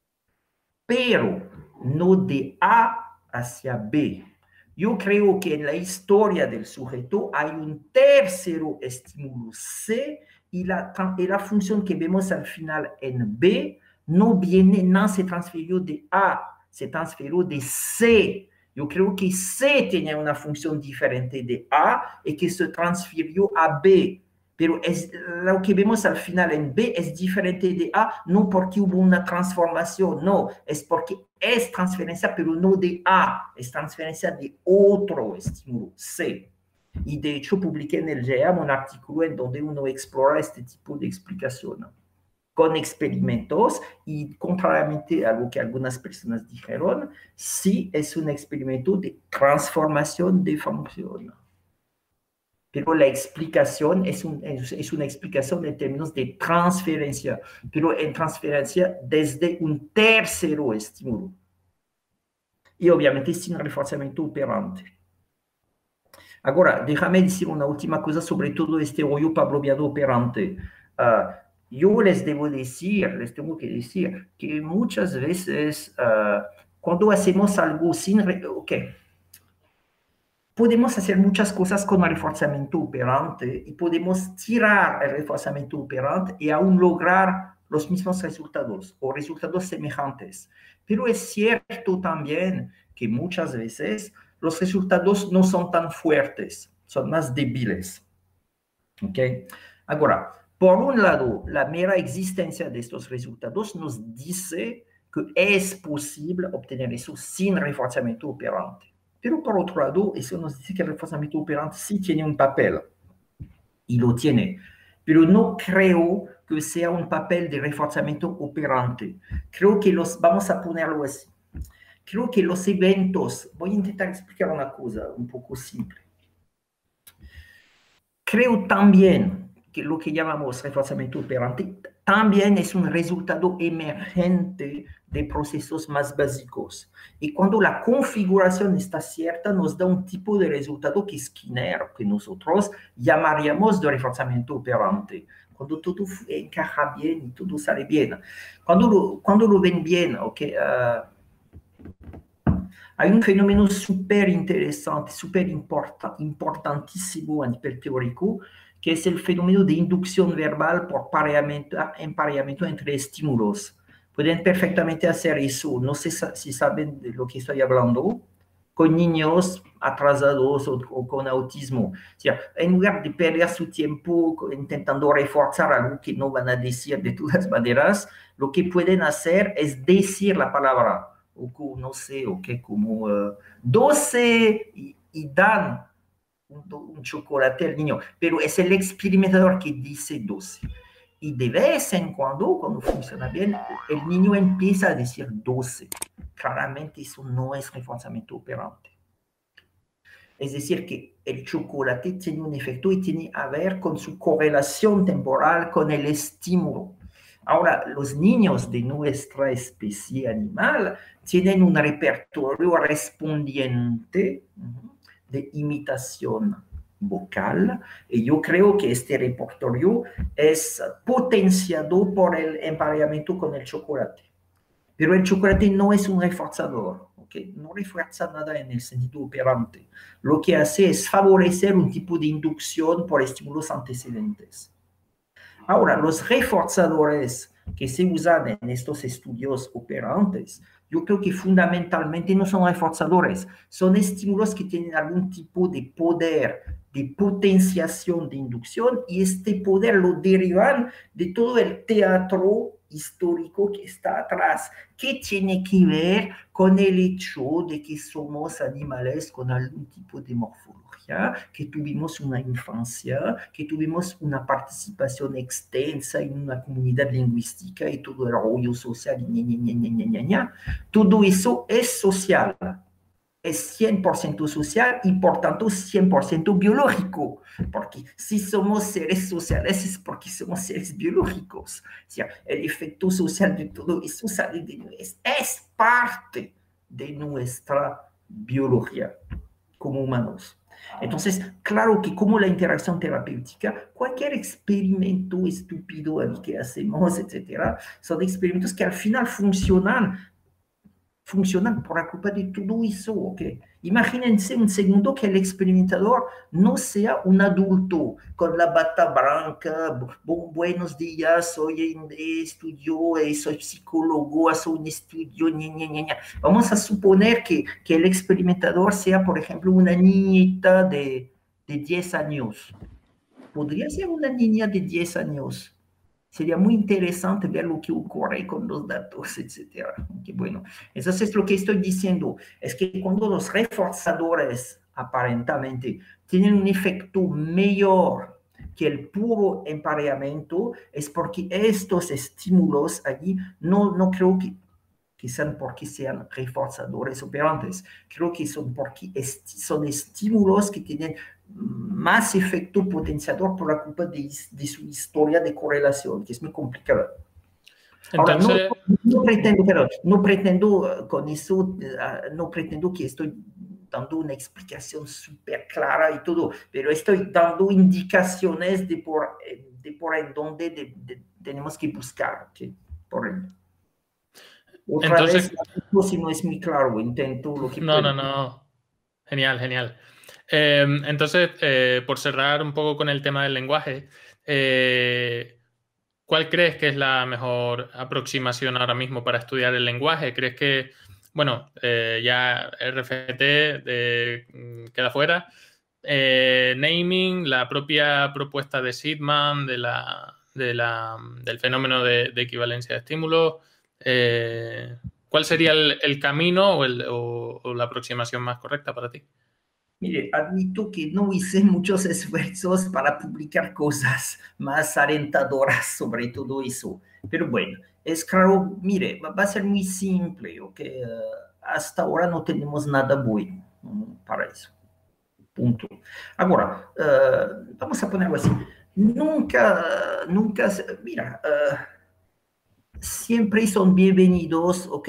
pero no de A hacia B. Yo creo que en la historia del sujeto hay un tercero estímulo C, y la función que vemos al final en B no se transfirió de A, se transfirió de C. Yo creo que C tenía una función diferente de A y que se transfirió a B. Pero lo que vemos al final en B es diferente de A, no porque hubo una transformación, no, es porque es transferencia, pero no de A, es transferencia de otro estímulo, C. Y de hecho publiqué en el JAM un artículo en donde uno explora este tipo de explicación con experimentos, y contrariamente a lo que algunas personas dijeron, sí es un experimento de transformación de función. Pero la explicación es una explicación en términos de transferencia, pero en transferencia desde un tercero estímulo. Y obviamente sin reforzamiento operante. Ahora, déjame decir una última cosa sobre todo este rollo pavloviano operante. Yo les tengo que decir que muchas veces cuando hacemos algo sin... podemos hacer muchas cosas con el reforzamiento operante y podemos tirar el reforzamiento operante y aún lograr los mismos resultados o resultados semejantes. Pero es cierto también que muchas veces los resultados no son tan fuertes, son más débiles. ¿Okay? Ahora, por un lado, la mera existencia de estos resultados nos dice que es posible obtener eso sin reforzamiento operante. Pero por otro lado, eso nos dice que el reforzamiento operante sí tiene un papel, y lo tiene. Pero no creo que sea un papel de reforzamiento operante. Creo que vamos a ponerlo así. Creo que los eventos, voy a intentar explicar una cosa un poco simple. Creo también que lo que llamamos reforzamiento operante, también es un resultado emergente de procesos más básicos. Y cuando la configuración está cierta, nos da un tipo de resultado que es Skinner, que nosotros llamaríamos de reforzamiento operante. Cuando todo encaja bien y todo sale bien. Cuando lo ven bien, okay, hay un fenómeno súper interesante, súper importantísimo a nivel teórico, que es el fenómeno de inducción verbal por emparejamiento entre estímulos. Pueden perfectamente hacer eso. No sé si saben de lo que estoy hablando, con niños atrasados o con autismo. O sea, en lugar de perder su tiempo intentando reforzar algo que no van a decir de todas maneras, lo que pueden hacer es decir la palabra, o no sé, o que como 12 y dan un chocolate al niño, pero es el experimentador que dice 12. Y de vez en cuando funciona bien, el niño empieza a decir 12. Claramente eso no es reforzamiento operante. Es decir, que el chocolate tiene un efecto y tiene a ver con su correlación temporal con el estímulo. Ahora, los niños de nuestra especie animal tienen un repertorio respondiente de imitación vocal, y yo creo que este repertorio es potenciado por el emparejamiento con el chocolate. Pero el chocolate no es un reforzador, ¿okay? No refuerza nada en el sentido operante. Lo que hace es favorecer un tipo de inducción por estímulos antecedentes. Ahora, los reforzadores que se usan en estos estudios operantes, yo creo que fundamentalmente no son reforzadores, son estímulos que tienen algún tipo de poder de potenciación de inducción, y este poder lo derivan de todo el teatro histórico que está atrás, que tiene que ver con el hecho de que somos animales con algún tipo de morfología, que tuvimos una infancia, que tuvimos una participación extensa en una comunidad lingüística y todo el rollo social, todo eso es social. Es 100% social y por tanto 100% biológico, porque si somos seres sociales es porque somos seres biológicos. O sea, el efecto social de todo eso sale es parte de nuestra biología como humanos. Entonces, claro que como la interacción terapéutica, cualquier experimento estúpido al que hacemos, etcétera, son experimentos que al final funcionan por la culpa de todo eso, ¿ok? Imagínense un segundo que el experimentador no sea un adulto con la bata blanca, buenos días, soy estudio, soy psicólogo, soy un estudio, Vamos a suponer que el experimentador sea, por ejemplo, una niñita de 10 años. Podría ser una niña de 10 años. Sería muy interesante ver lo que ocurre con los datos, etcétera. Okay, bueno, eso es lo que estoy diciendo. Es que cuando los reforzadores aparentemente tienen un efecto mayor que el puro emparejamiento, es porque estos estímulos allí no creo que sean porque sean reforzadores operantes. Creo que son porque son estímulos que tienen más efecto potenciador por la culpa de su historia de correlación, que es muy complicada. Entonces, ahora, no pretendo con eso, no pretendo que estoy dando una explicación súper clara y todo, pero estoy dando indicaciones de por en dónde tenemos que buscar, ¿okay? Por el... Otra vez, si no es muy claro, intento lo que puedo. No. Genial, genial. Entonces, por cerrar un poco con el tema del lenguaje, ¿cuál crees que es la mejor aproximación ahora mismo para estudiar el lenguaje? ¿Crees que, bueno, ya RFT queda fuera? Naming, la propia propuesta de Seidman del fenómeno de equivalencia de estímulos. ¿Cuál sería el camino o la aproximación más correcta para ti? Mire, admito que no hice muchos esfuerzos para publicar cosas más alentadoras sobre todo eso. Pero bueno, es claro, mire, va a ser muy simple, ¿ok? Hasta ahora no tenemos nada bueno para eso. Punto. Ahora, vamos a ponerlo así. nunca, mira, siempre son bienvenidos, ok.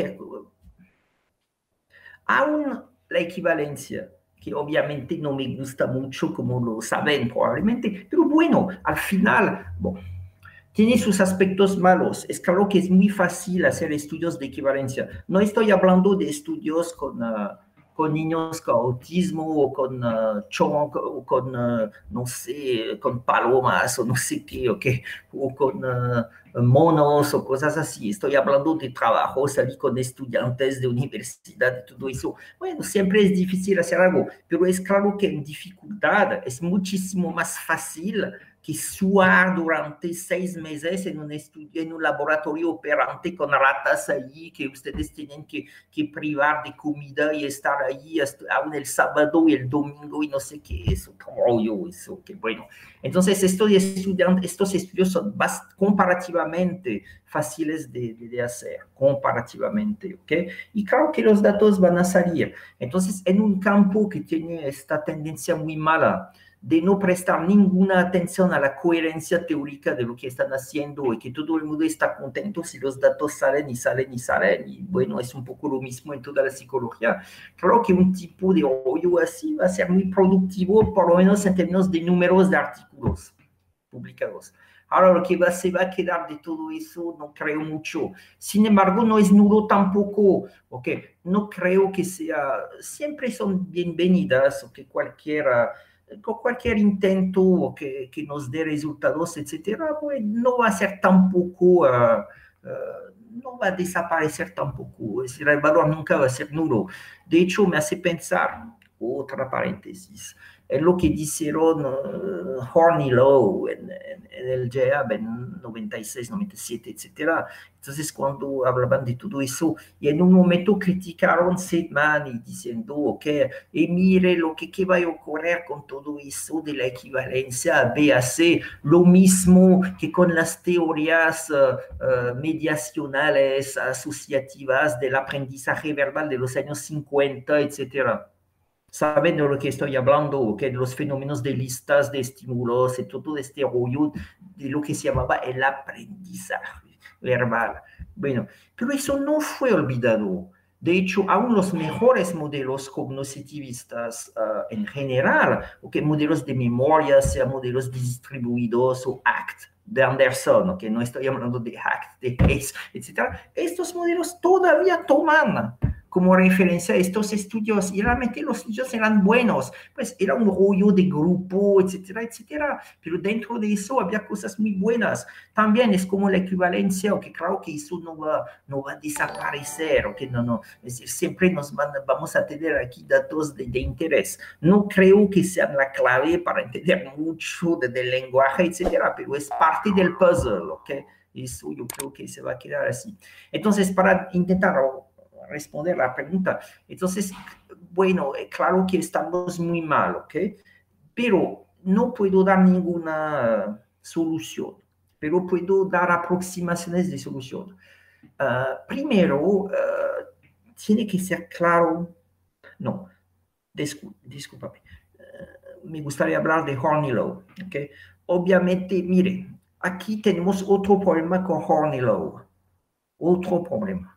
Aún la equivalencia, que obviamente no me gusta mucho, como lo saben probablemente, pero bueno, al final, bueno, tiene sus aspectos malos. Es claro que es muy fácil hacer estudios de equivalencia. No estoy hablando de estudios con niños con autismo o con chonk o con, no sé, con palomas o no sé qué, okay, o con monos o cosas así. Estoy hablando de trabajo, salir con estudiantes de universidad y todo eso. Bueno, siempre es difícil hacer algo, pero es claro que en dificultad es muchísimo más fácil que suar durante 6 meses en un estudio, en un laboratorio operante con ratas allí, que ustedes tienen que privar de comida y estar allí aún el sábado y el domingo y no sé qué, eso, rollo, eso, que bueno. Entonces, estos estudios son comparativamente fáciles de hacer, comparativamente, ¿ok? Y claro que los datos van a salir. Entonces, en un campo que tiene esta tendencia muy mala, de no prestar ninguna atención a la coherencia teórica de lo que están haciendo y que todo el mundo está contento si los datos salen y salen y salen. Y bueno, es un poco lo mismo en toda la psicología. Claro que un tipo de rollo así va a ser muy productivo, por lo menos en términos de números de artículos publicados. Ahora, lo que se va a quedar de todo eso, no creo mucho. Sin embargo, no es nulo tampoco, ¿ok? No creo que sea, siempre son bienvenidas, o que cualquier intento que nos dé resultados, etcétera, pues no va a ser tampoco, no va a desaparecer tampoco. Es decir, el valor nunca va a ser nulo. De hecho, me hace pensar, otra paréntesis, en lo que dijeron Horn y Lowe en el JAB en 96, 97, etcétera. Entonces, cuando hablaban de todo eso, y en un momento criticaron Seidman y diciendo, ok, y mire lo que va a ocurrir con todo eso de la equivalencia B a C, lo mismo que con las teorías mediacionales asociativas del aprendizaje verbal de los años 50, etcétera. ¿Saben de lo que estoy hablando? ¿Okay? De los fenómenos de listas de estímulos y todo este rollo de lo que se llamaba el aprendizaje verbal. Bueno, pero eso no fue olvidado. De hecho, aún los mejores modelos cognitivistas en general, okay, modelos de memoria, sea modelos distribuidos o ACT, de Anderson, que no estoy hablando de ACT, de Hayes, etc. Estos modelos todavía toman como referencia a estos estudios, y realmente los estudios eran buenos, pues era un rollo de grupo, etcétera, etcétera, pero dentro de eso había cosas muy buenas. También es como la equivalencia, que claro que eso no va a desaparecer, que no, es decir, siempre vamos a tener aquí datos de interés. No creo que sean la clave para entender mucho del lenguaje, etcétera, pero es parte del puzzle, eso yo creo que se va a quedar así. Entonces, para intentar responder la pregunta. Entonces, bueno, claro que estamos muy mal, ¿ok? Pero no puedo dar ninguna solución, pero puedo dar aproximaciones de solución. Primero, tiene que ser claro, no, discúlpame, me gustaría hablar de Horn y Lowe, ¿ok? Obviamente, mire, aquí tenemos otro problema con Horn y Lowe, otro problema.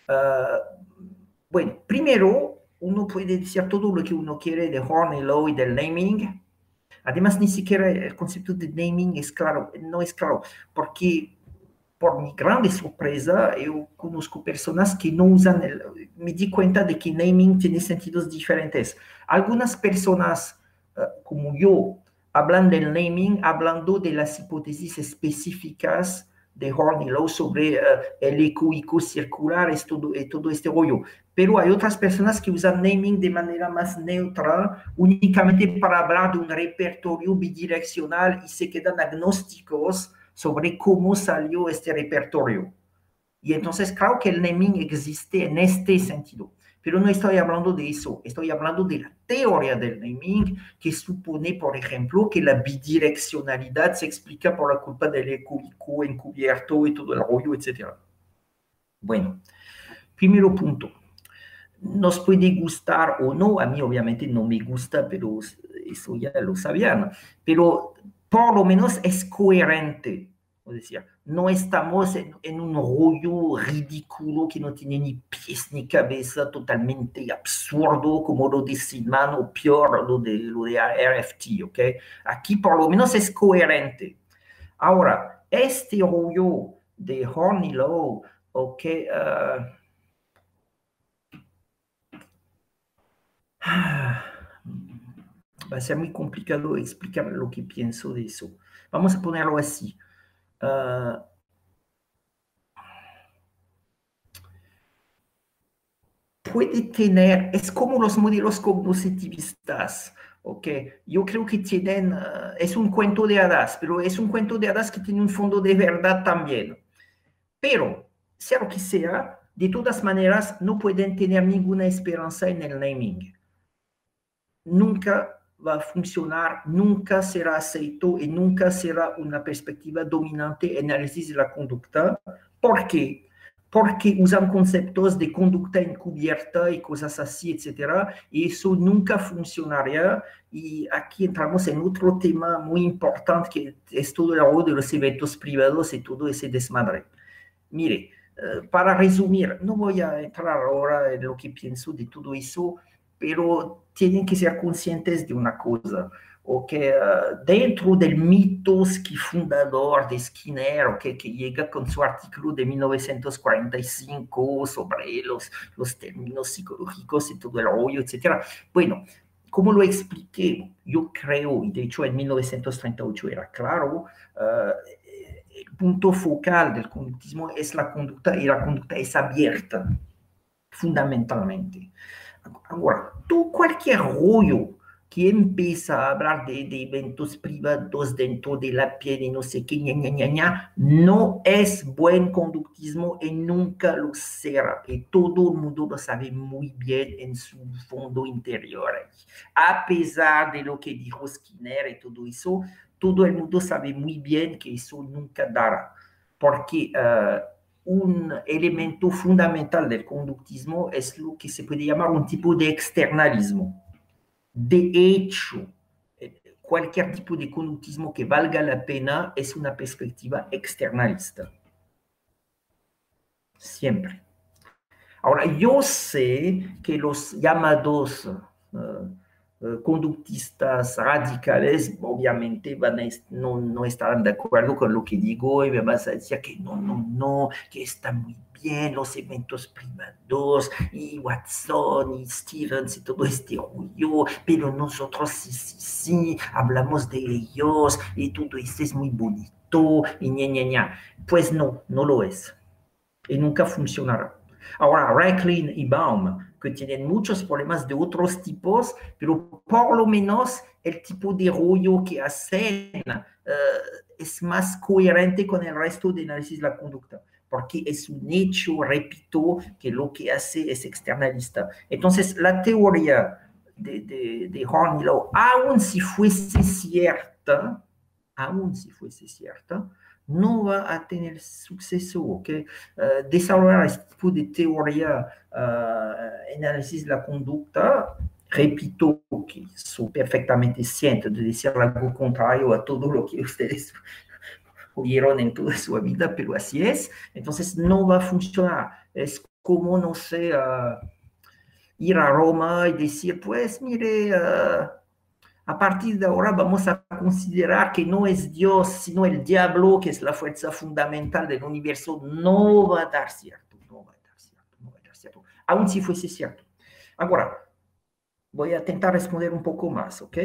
Bueno, primero, uno puede decir todo lo que uno quiere de Horn y Lowe y del naming. Además, ni siquiera el concepto de naming es claro, no es claro, porque por mi grande sorpresa, yo conozco personas que no usan me di cuenta de que naming tiene sentidos diferentes. Algunas personas, como yo, hablan del naming hablando de las hipótesis específicas de Horn y Lowe sobre el eco circular, todo este rollo. Pero hay otras personas que usan naming de manera más neutra, únicamente para hablar de un repertorio bidireccional y se quedan agnósticos sobre cómo salió este repertorio. Y entonces, claro que el naming existe en este sentido. Pero no estoy hablando de eso, estoy hablando de la teoría del naming, que supone, por ejemplo, que la bidireccionalidad se explica por la culpa del eco encubierto y todo el rollo, etc. Bueno, primero punto. Nos puede gustar o no, a mí obviamente no me gusta, pero eso ya lo sabían. Pero por lo menos es coherente. Es decir, no estamos en un rollo ridículo que no tiene ni pies ni cabeza, totalmente absurdo, como lo de Sidman o peor, lo de RFT, ¿ok? Aquí por lo menos es coherente. Ahora, este rollo de Horn y Lowe, ¿ok? Va a ser muy complicado explicar lo que pienso de eso. Vamos a ponerlo así. Puede tener, es como los modelos cognoscitivistas, ¿ok? Yo creo que tienen, es un cuento de hadas, pero es un cuento de hadas que tiene un fondo de verdad también. Pero, sea lo que sea, de todas maneras, no pueden tener ninguna esperanza en el naming. Nunca va a funcionar, nunca será aceito y nunca será una perspectiva dominante en análisis de la conducta. ¿Por qué? Porque usan conceptos de conducta encubierta y cosas así, etcétera, y eso nunca funcionaría. Y aquí entramos en otro tema muy importante, que es todo el rol de los eventos privados y todo ese desmadre. Mire, para resumir, no voy a entrar ahora en lo que pienso de todo eso, pero tienen que ser conscientes de una cosa, o que dentro del mitos fundador de Skinner, que llega con su artículo de 1945 sobre los términos psicológicos y todo el rollo, etc. Bueno, como lo expliqué, yo creo, y de hecho en 1938 era claro, el punto focal del conductismo es la conducta, y la conducta es abierta, fundamentalmente. Ahora, cualquier rollo que empieza a hablar de eventos privados dentro de la piel y no sé qué, no es buen conductismo y nunca lo será. Y todo el mundo lo sabe muy bien en su fondo interior. A pesar de lo que dijo Skinner y todo eso, todo el mundo sabe muy bien que eso nunca dará. Porque un elemento fundamental del conductismo es lo que se puede llamar un tipo de externalismo. De hecho, cualquier tipo de conductismo que valga la pena es una perspectiva externalista. Siempre. Ahora, yo sé que los llamados conductistas radicales obviamente no estarán de acuerdo con lo que digo y me vas a decir que no, que está muy bien los eventos privados y Watson y Stevens y todo este rollo, pero nosotros sí, hablamos de ellos y todo esto es muy bonito y Pues no lo es y nunca funcionará. Ahora, Racklin y Baum, que tienen muchos problemas de otros tipos, pero por lo menos el tipo de rollo que hacen es más coherente con el resto de análisis de la conducta, porque es un hecho, repito, que lo que hace es externalista. Entonces, la teoría de Horn y Lowe, aun si fuese cierta, no va a tener suceso, ¿ok? Desarrollar este tipo de teoría en análisis de la conducta, repito que soy perfectamente ciente de decir algo contrario a todo lo que ustedes oyeron en toda su vida, pero así es. Entonces no va a funcionar. Es como, no sé, ir a Roma y decir, pues mire, a partir de ahora vamos a considerar que no es Dios, sino el diablo, que es la fuerza fundamental del universo. No va a dar cierto, aun si fuese cierto. Ahora, voy a intentar responder un poco más, ¿ok?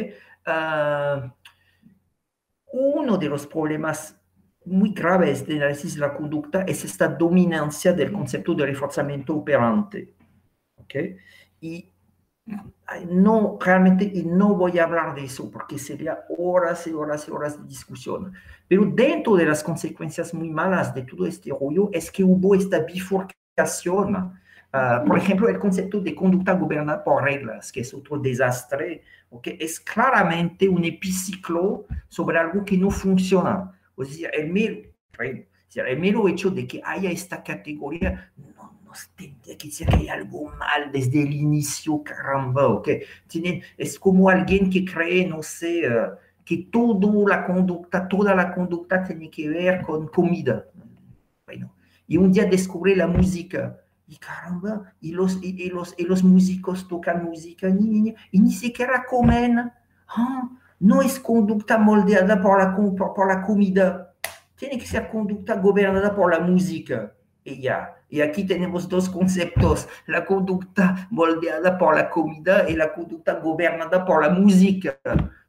Uno de los problemas muy graves del análisis de la conducta es esta dominancia del concepto de reforzamiento operante, ¿ok? Y realmente no voy a hablar de eso porque sería horas y horas y horas de discusión. Pero dentro de las consecuencias muy malas de todo este rollo es que hubo esta bifurcación. Por ejemplo, el concepto de conducta gobernada por reglas, que es otro desastre, ¿okay? Es claramente un epiciclo sobre algo que no funciona. Es decir, el mero hecho de que haya esta categoría nos tendría que decir que hay algo mal desde el inicio, caramba, ¿ok? Es como alguien que cree, no sé, que toda la conducta tiene que ver con comida. Bueno, y un día descubrí la música. Y caramba, y los músicos tocan música y ni siquiera comen. Ah, no es conducta moldeada por la comida. Tiene que ser conducta gobernada por la música. Y ya. Y aquí tenemos dos conceptos, la conducta moldeada por la comida y la conducta gobernada por la música.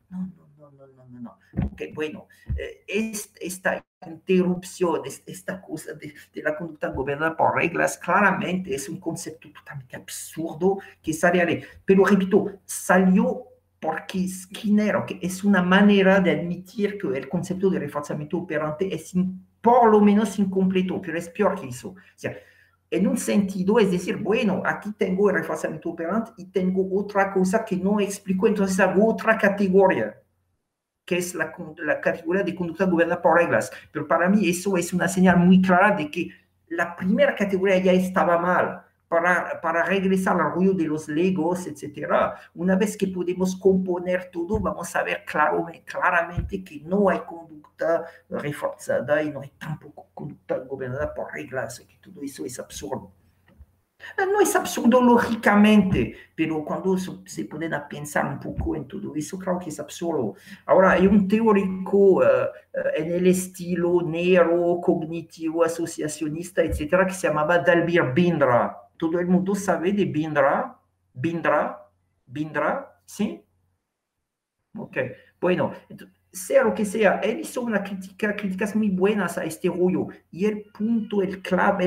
No. Okay, bueno, esta interrupción, esta cosa de la conducta gobernada por reglas, claramente es un concepto totalmente absurdo que sale a ley. Pero repito, salió porque Skinner, que es una manera de admitir que el concepto de reforzamiento operante es por lo menos incompleto, pero es peor que eso. O sea, en un sentido, es decir, bueno, aquí tengo el reforzamiento operante y tengo otra cosa que no explico, entonces hago otra categoría, que es la categoría de conducta gobernada por reglas. Pero para mí eso es una señal muy clara de que la primera categoría ya estaba mal. Para regresar al rollo de los legos, etc. Una vez que podemos componer todo, vamos a ver claramente que no hay conducta reforzada y no hay tampoco conducta gobernada por reglas, que todo eso es absurdo. No es absurdo lógicamente, pero cuando se ponen a pensar un poco en todo eso, claro que es absurdo. Ahora, hay un teórico en el estilo neocognitivo, asociacionista, etcétera, que se llamaba Dalbir Bindra. ¿Todo el mundo sabe de Bindra? Bindra, ¿sí? Ok, bueno, sea lo que sea, él hizo críticas muy buenas a este rollo y él puso el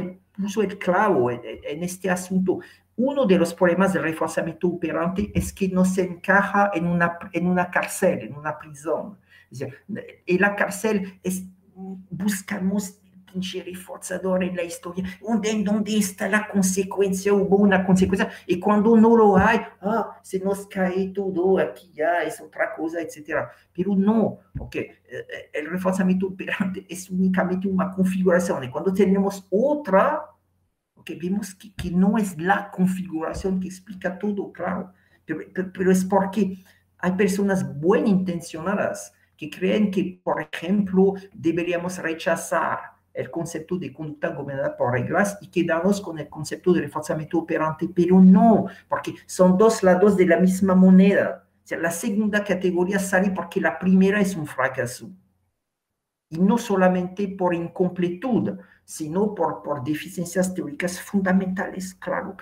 clavo en este asunto. Uno de los problemas del reforzamiento operante es que no se encaja en una cárcel, en una prisión. Es decir, en la cárcel buscamos pinche reforzador en la historia, ¿dónde está la consecuencia? Hubo una consecuencia, y cuando no lo hay, se nos cae todo, aquí ya es otra cosa, etc. Pero no, el reforzamiento operante es únicamente una configuración, y cuando tenemos otra, vemos que no es la configuración que explica todo, claro, pero es porque hay personas bien intencionadas que creen que, por ejemplo, deberíamos rechazar el concepto de conducta gobernada por reglas y quedarnos con el concepto de reforzamiento operante, pero no, porque son dos lados de la misma moneda. O sea, la segunda categoría sale porque la primera es un fracaso. Y no solamente por incompletud, sino por deficiencias teóricas fundamentales. Claro.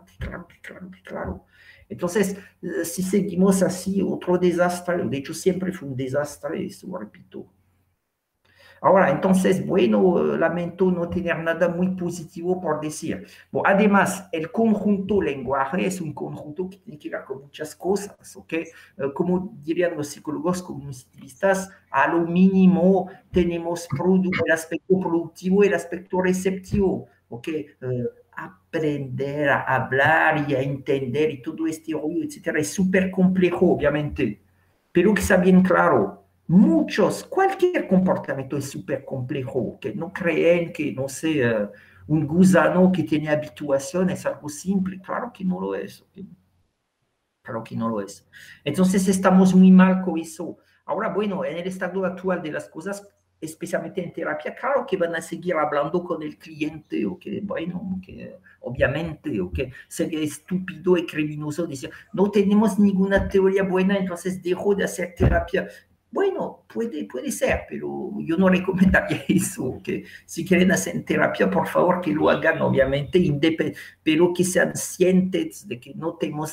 Entonces, si seguimos así, otro desastre, de hecho siempre fue un desastre, eso repito. Ahora, entonces, bueno, lamento no tener nada muy positivo por decir. Bueno, además, el conjunto lenguaje es un conjunto que tiene que ver con muchas cosas, ¿ok? Como dirían los psicólogos cognitivistas, a lo mínimo tenemos el aspecto productivo y el aspecto receptivo, ¿ok? Aprender a hablar y a entender y todo este rollo, etcétera, es súper complejo, obviamente, pero que está bien claro. Cualquier comportamiento es súper complejo, que no creen que, no sé, un gusano que tiene habituación es algo simple, claro que no lo es. Claro que no lo es. Entonces estamos muy mal con eso. Ahora, bueno, en el estado actual de las cosas, especialmente en terapia, claro que van a seguir hablando con el cliente, bueno, que obviamente, sería estúpido y criminoso decir, no tenemos ninguna teoría buena, entonces dejo de hacer terapia. Bueno, puede ser, pero yo no recomendaría eso, que si quieren hacer terapia, por favor, que lo hagan, obviamente, pero que sean conscientes de que no tenemos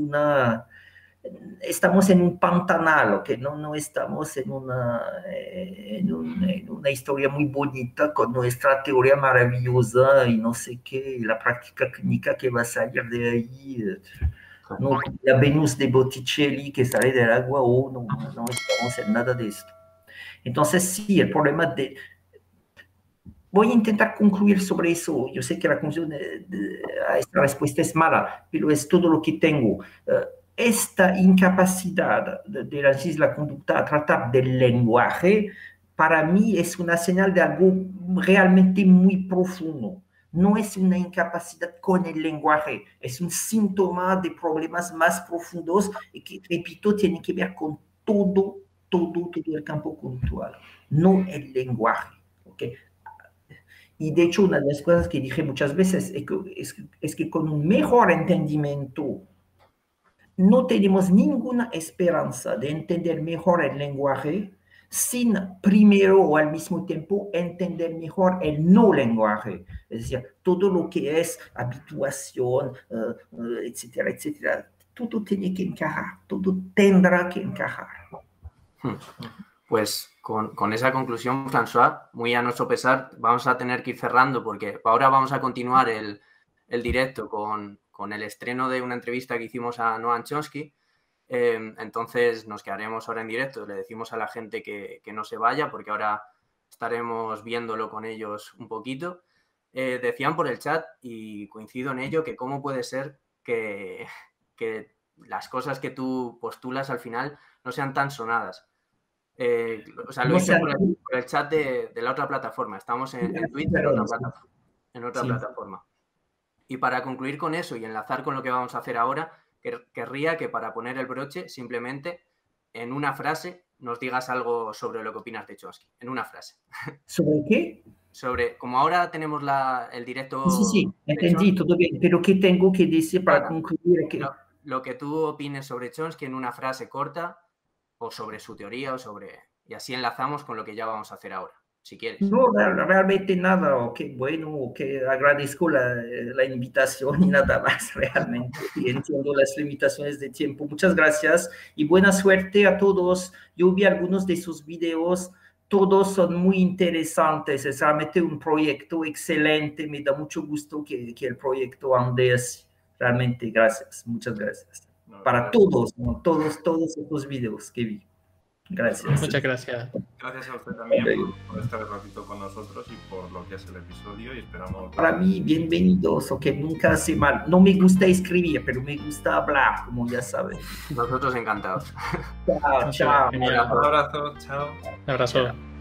estamos en un pantanal, que no estamos en una historia muy bonita con nuestra teoría maravillosa y no sé qué, la práctica clínica que va a salir de ahí. No, la Venus de Botticelli que sale del agua, no estamos en nada de esto. Entonces, sí, el problema Voy a intentar concluir sobre eso. Yo sé que la conclusión a esta respuesta es mala, pero es todo lo que tengo. Esta incapacidad de la conducta a tratar del lenguaje, para mí es una señal de algo realmente muy profundo. No es una incapacidad con el lenguaje, es un síntoma de problemas más profundos y que, repito, tienen que ver con todo todo el campo conductual, no el lenguaje. ¿Okay? Y de hecho, una de las cosas que dije muchas veces es que con un mejor entendimiento no tenemos ninguna esperanza de entender mejor el lenguaje sin primero o al mismo tiempo entender mejor el no lenguaje. Es decir, todo lo que es habituación, etcétera, etcétera, todo tiene que encajar, todo tendrá que encajar. Pues con esa conclusión, François, muy a nuestro pesar, vamos a tener que ir cerrando porque ahora vamos a continuar el directo con el estreno de una entrevista que hicimos a Noam Chomsky. Entonces nos quedaremos ahora en directo. Le decimos a la gente que no se vaya porque ahora estaremos viéndolo con ellos un poquito. Decían por el chat, y coincido en ello, que cómo puede ser que las cosas que tú postulas al final no sean tan sonadas. O sea, lo hice por el chat de la otra plataforma. Estamos en Twitter, en otra plataforma. Y para concluir con eso y enlazar con lo que vamos a hacer ahora, querría que para poner el broche, simplemente en una frase nos digas algo sobre lo que opinas de Chomsky. En una frase. ¿Sobre qué? Sobre, como ahora tenemos el directo... Sí, entendí, todo bien. Pero ¿qué tengo que decir para concluir? Lo que tú opines sobre Chomsky en una frase corta, o sobre su teoría, y así enlazamos con lo que ya vamos a hacer ahora, si quieres. No, realmente nada, bueno, agradezco la invitación y nada más, realmente. Y entiendo las limitaciones de tiempo. Muchas gracias y buena suerte a todos. Yo vi algunos de sus videos, todos son muy interesantes, es realmente un proyecto excelente, me da mucho gusto que el proyecto ande así. Realmente, gracias, muchas gracias. Para todos, ¿no? todos estos videos que vi. Gracias. Muchas gracias. Gracias a usted también por estar un ratito con nosotros y por lo que es el episodio y esperamos... Para mí, bienvenidos, nunca hace mal. No me gusta escribir, pero me gusta hablar, como ya saben. Nosotros encantados. Chao. Un abrazo, chao. Un abrazo.